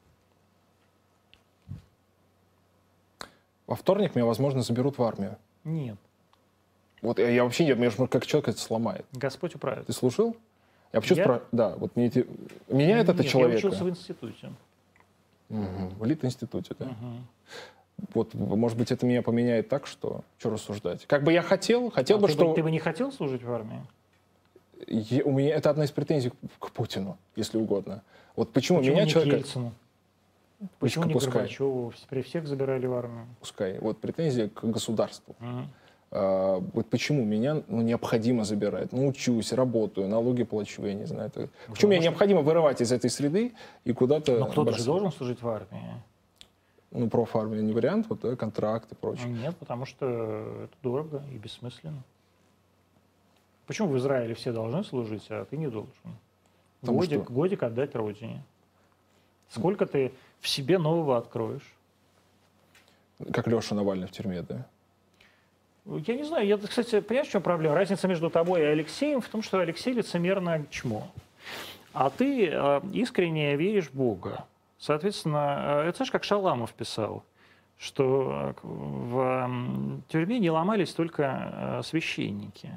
Во вторник меня, возможно, заберут в армию. Нет. Вот я вообще нет, меня же как человек это сломает. Господь управит. Ты служил? Я почему да, вот меняет это человека. Я учился в институте. В элит-институте, да? Угу. Вот, может быть, это меня поменяет так, что рассуждать. Как бы я хотел бы, что... Ты бы не хотел служить в армии? У меня это одна из претензий к Путину, если угодно. Вот почему меня не человека... Ельцину? Почему не Горбачеву? При всех забирали в армию. Пускай. Вот претензия к государству. Вот почему меня необходимо забирать? Учусь, работаю, налоги плачу, я не знаю. Почему меня необходимо вырывать из этой среды и куда-то... Но кто-то же должен служить в армии. Профармия не вариант, контракт и прочее. Нет, потому что это дорого и бессмысленно. Почему в Израиле все должны служить, а ты не должен? Годик отдать родине. Сколько ты в себе нового откроешь? Как Леша Навальный в тюрьме, да? Я не знаю. Кстати, понимаешь, в чем проблема? Разница между тобой и Алексеем в том, что Алексей лицемерное чмо. А ты искренне веришь в Бога. Соответственно, это знаешь, как Шаламов писал, что в тюрьме не ломались только священники.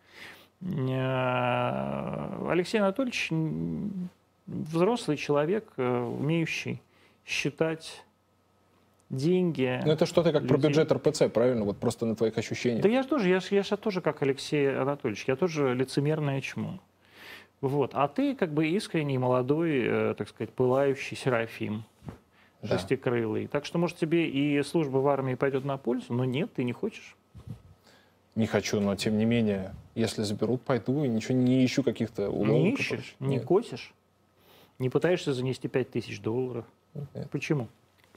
Алексей Анатольевич взрослый человек, умеющий считать деньги. Это что-то как про бюджет РПЦ, правильно? Вот просто на твоих ощущениях. Да я же тоже как Алексей Анатольевич, я тоже лицемерное чмо. Вот. А ты как бы искренний, молодой, так сказать, пылающий Серафим, шестикрылый. Так что, может, тебе и служба в армии пойдет на пользу, но нет, ты не хочешь. Не хочу, но тем не менее, если заберут, пойду и ничего не ищу каких-то уловок. Не ищешь? Не косишь? Не пытаешься занести $5000? Нет. Почему?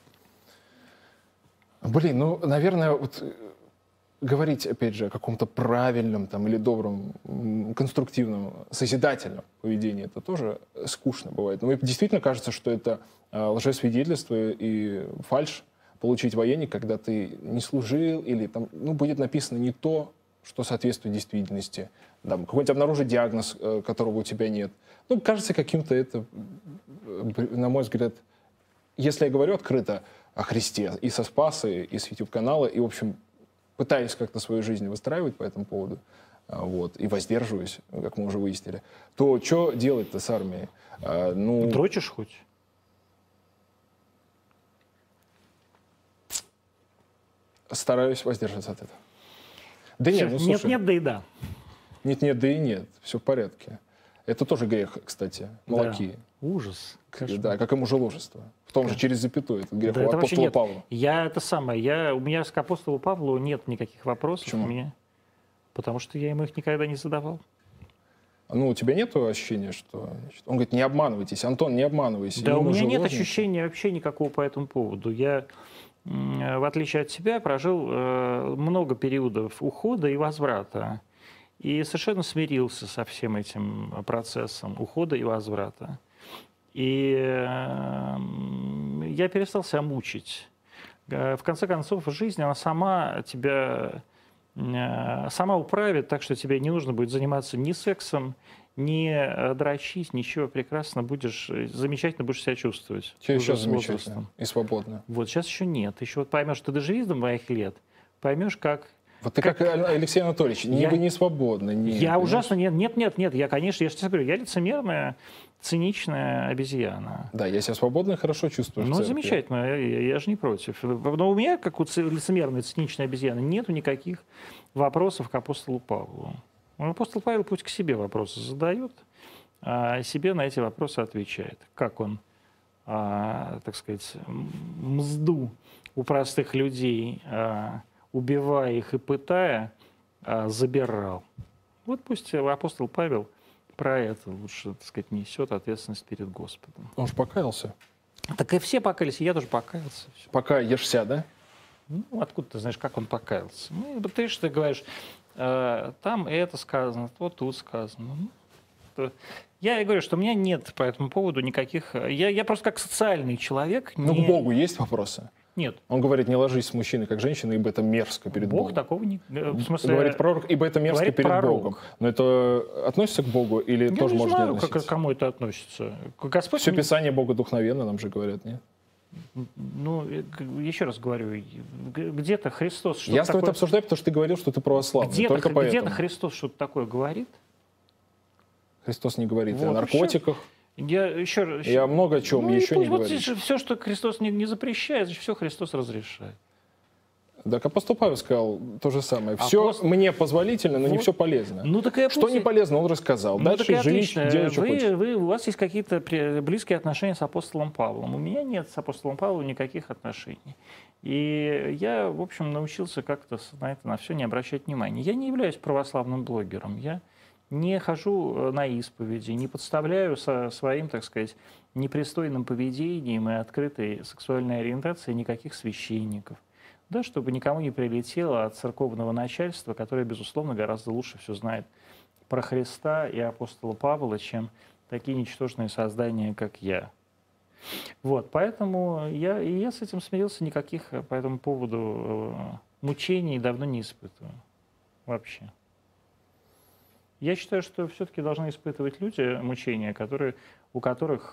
Блин, ну, наверное, вот говорить, опять же, о каком-то правильном там, или добром, конструктивном, созидательном поведении, это тоже скучно бывает. Но мне действительно кажется, что это лжесвидетельство и фальшь получить военник, когда ты не служил, или там, ну, будет написано не то, что соответствует действительности. Там, какой-нибудь обнаружить диагноз, которого у тебя нет. Ну, кажется, каким-то это, на мой взгляд, если я говорю открыто о Христе и со Спаса, и с YouTube-канала, и, в общем, пытаюсь как-то свою жизнь выстраивать по этому поводу, вот, и воздерживаюсь, как мы уже выяснили, то что делать-то с армией? Ну, Дрочишь хоть? стараюсь воздерживаться от этого. Да нет, ну слушай. Нет-нет, да и да. Нет-нет, да и нет. Все в порядке. Это тоже грех, кстати. Молоки. Да. Ужас. Да, как и мужеложество. В том же через запятую. Это грех Да, у это вообще апостола нет. Павла. Я это самое. У меня к апостолу Павлу нет никаких вопросов. Почему? Потому что я ему их никогда не задавал. Ну, у тебя нет ощущения, что... Значит, он говорит, не обманывайтесь. Антон, не обманывайся. Да, не у меня нет мужеложники. ощущения вообще никакого по этому поводу. Я, в отличие от тебя, прожил много периодов ухода и возврата. И совершенно смирился со всем этим процессом ухода и возврата. И я перестал себя мучить. В конце концов, жизнь, она сама тебя сама управит, так что тебе не нужно будет заниматься ни сексом, ни дрочить, ничего, прекрасно будешь, замечательно будешь себя чувствовать. Сейчас Уже с замечательно возрастом. и свободно. Вот сейчас еще нет. Еще вот поймешь, ты доживешь до моих лет, поймешь, как... Вот ты как Алексей Анатольевич, вы не свободны. Нет, Я понимаешь? ужасно... Нет. Я, конечно, я же тебе говорю, я лицемерная, циничная обезьяна. Да, я себя свободно и хорошо чувствую. Ну, в церкви. замечательно, я же не против. Но у меня, как у лицемерной, циничной обезьяны, нету никаких вопросов к апостолу Павлу. Апостол Павел пусть к себе вопросы задает, а себе на эти вопросы отвечает. Как он, так сказать, мзду у простых людей, убивая их и пытая, забирал. Вот пусть апостол Павел про это лучше, так сказать, несет ответственность перед Господом. Он же покаялся. Так и все покаялись, и я тоже покаялся. Всё. Покаешься, да? Ну, откуда ты знаешь, как он покаялся? Ну, ты же говоришь, там это сказано, вот тут сказано. Я и говорю, что у меня нет по этому поводу никаких... Я просто как социальный человек... Ну, к Богу есть вопросы? Нет. Он говорит, не ложись с мужчиной, как женщина, ибо это мерзко перед Богом. Бог такого не... В смысле, говорит пророк, ибо это мерзко говорит перед пророк. Богом. Но это относится к Богу или я тоже не может знаю, не к относиться? кому это относится. Господь Все Писание богодухновенно, нам же говорят, нет? Ну, еще раз говорю, где-то Христос что-то Я с тобой такое... это обсуждаю, потому что ты говорил, что ты православный. Только поэтому. Где-то Христос что-то такое говорит. Христос не говорит Вот, о наркотиках. Я много о чем еще не говорю. Все, что Христос не запрещает, все Христос разрешает. Так апостол Павел сказал то же самое. Все мне позволительно, но не все полезно. Ну, так что не полезно, он рассказал. Ну, дальше живи, делай, что хочешь. У вас есть какие-то близкие отношения с апостолом Павлом. У меня нет с апостолом Павлом никаких отношений. И я, в общем, научился как-то на все не обращать внимания. Я не являюсь православным блогером. Я не хожу на исповеди, не подставляю со своим, так сказать, непристойным поведением и открытой сексуальной ориентацией никаких священников. Да, чтобы никому не прилетело от церковного начальства, которое, безусловно, гораздо лучше все знает про Христа и апостола Павла, чем такие ничтожные создания, как я. Вот, поэтому я с этим смирился, никаких по этому поводу мучений давно не испытываю. Вообще. Я считаю, что все-таки должны испытывать люди мучения, у которых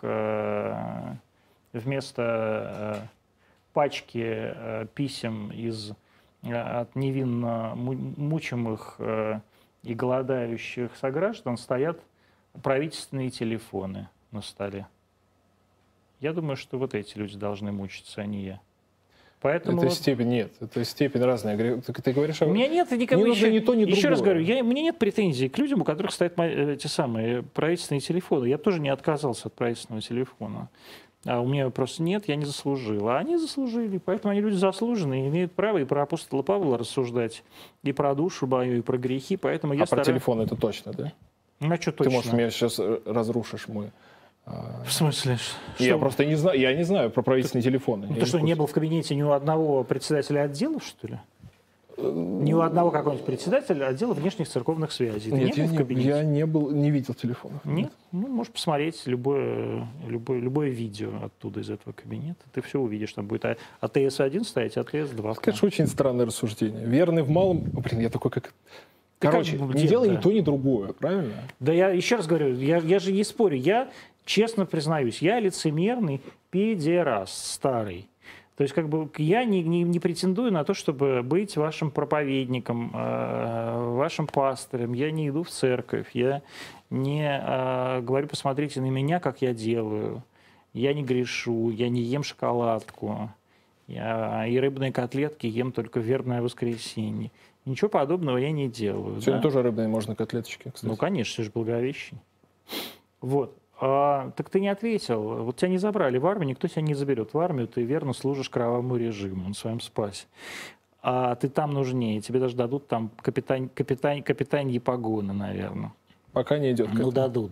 вместо пачки писем от невинно мучимых и голодающих сограждан стоят правительственные телефоны на столе. Я думаю, что вот эти люди должны мучиться, а не я. Поэтому это степень нет, это степень разная. Ты говоришь, у меня нет никакого еще, ни то, ни еще раз говорю, другое. у меня нет претензий к людям, у которых стоят эти самые правительственные телефоны. Я бы тоже не отказался от правительственного телефона. А у меня просто нет, я не заслужил. А они заслужили, поэтому они люди заслуженные, имеют право и про апостола Павла рассуждать, и про душу мою, и про грехи, поэтому я про телефон это точно, да? Ну, а что точно? Ты, может, меня сейчас разрушишь мой В смысле? Я просто не знаю, я не знаю про правительственные телефоны. Ты что, не был в кабинете ни у одного председателя отделов, что ли? Ни у одного какого-нибудь председателя отдела внешних церковных связей. Ты Нет, не был в кабинете? я не был, не видел телефонов. Нет? Ну, можешь посмотреть любое видео оттуда, из этого кабинета. Ты все увидишь. Там будет АТС-1 стоять, АТС-2. Это, конечно, очень странное рассуждение. Верный в малом... Блин, я такой как... Короче, как не делай да. ни то, ни другое, правильно? Да я еще раз говорю, я же не спорю. Я честно признаюсь, я лицемерный педераст старый. То есть как бы я не претендую на то, чтобы быть вашим проповедником, вашим пастырем. Я не иду в церковь, я не говорю, посмотрите на меня, как я делаю. Я не грешу, я не ем шоколадку. Я и рыбные котлетки ем только в вербное воскресенье. Ничего подобного я не делаю. Сегодня да? тоже рыбные можно котлеточки, кстати. Ну, конечно, ты же Благовещение. Вот. Так ты не ответил. Вот тебя не забрали в армию, никто тебя не заберет в армию, ты верно служишь кровавому режиму, он в своем спасе. А ты там нужнее, тебе даже дадут там капитаньи погоны, наверное. Пока не идет. Ну, дадут.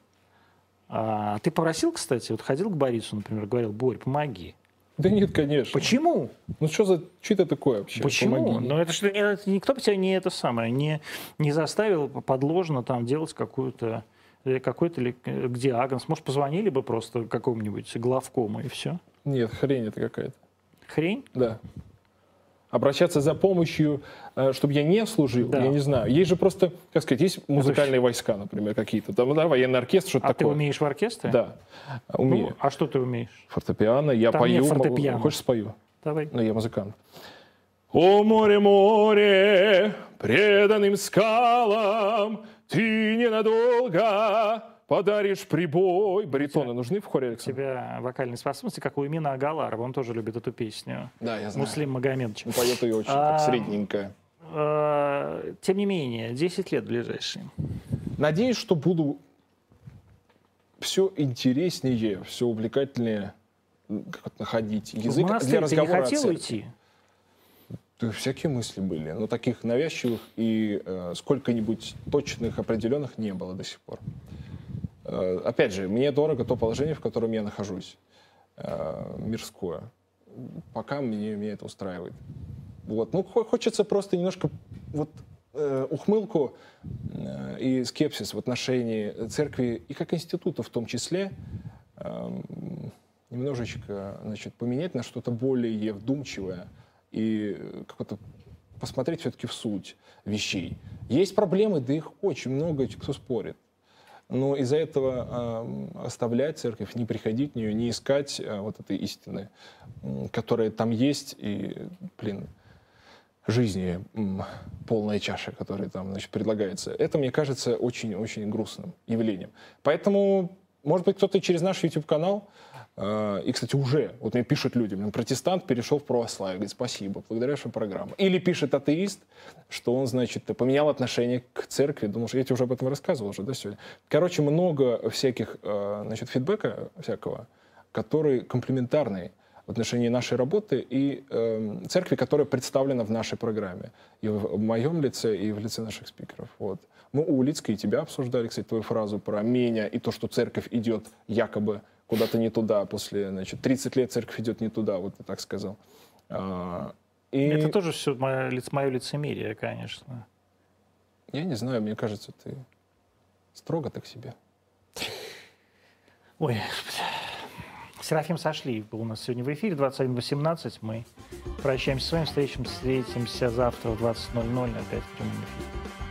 Ты попросил, кстати, вот ходил к Борису, например, говорил: Борь, помоги. Да нет, конечно. Почему? Ну что это такое вообще? Почему? Помоги. Ну это что, никто бы тебя не заставил подложно там делать какой-то диагноз. Может, позвонили бы просто какому-нибудь главкому и все? Нет, хрень это какая-то. Хрень? Да. Обращаться за помощью, чтобы я не служил, Да. я не знаю. Есть же просто, как сказать, есть музыкальные войска, например, какие-то. Там, да, военный оркестр, что-то такое. А ты умеешь в оркестре? Да, умею. Ну, а что ты умеешь? Фортепиано, я Там пою. нет фортепиано. Хочешь, спою? Давай. Ну, я музыкант. О, море, море, преданным скалам, ты ненадолго подаришь прибой. Баритоны нужны в хоре, У Александр? тебя вокальные способности, как у Эмина Агаларова, он тоже любит эту песню. Да, я знаю. Муслим Магомедович. Он поет ее очень так, средненькая. Тем не менее, 10 лет ближайшие. Надеюсь, что буду все интереснее, все увлекательнее находить язык В монастырь для ты не разговора о хотел церкви. уйти? Да, всякие мысли были, но таких навязчивых и сколько-нибудь точных, определенных не было до сих пор. Опять же, мне дорого то положение, в котором я нахожусь, мирское. Пока меня это устраивает. Вот. Ну, хочется просто немножко ухмылку и скепсис в отношении церкви и как института в том числе немножечко, поменять на что-то более вдумчивое и как-то посмотреть все-таки в суть вещей. Есть проблемы, да их очень много, кто спорит. Но из-за этого оставлять церковь, не приходить в нее, не искать вот этой истины, которая там есть, и, жизни полная чаша, которая там, предлагается. Это, мне кажется, очень-очень грустным явлением. Поэтому, может быть, кто-то через наш YouTube-канал, и, кстати, уже, вот мне пишут люди, протестант перешел в православие, говорит, спасибо, благодаря вашей программе. Или пишет атеист, что он, поменял отношение к церкви. Думал, что я тебе уже об этом рассказывал уже, да, сегодня. Короче, много всяких, фидбэка всякого, который комплементарный в отношении нашей работы и церкви, которая представлена в нашей программе. И в моем лице, и в лице наших спикеров. Вот. Мы у Улицкой и тебя обсуждали, кстати, твою фразу про меня и то, что церковь идет якобы куда-то не туда. После, 30 лет церковь идет не туда, вот ты так сказал. Это тоже все мое лицемерие, конечно. Я не знаю, мне кажется, ты строго так себе. Ой, Серафим Сашлиев был у нас сегодня в эфире, 21:18. Мы прощаемся с вами, встретимся завтра в 20:00 опять в прямом эфире.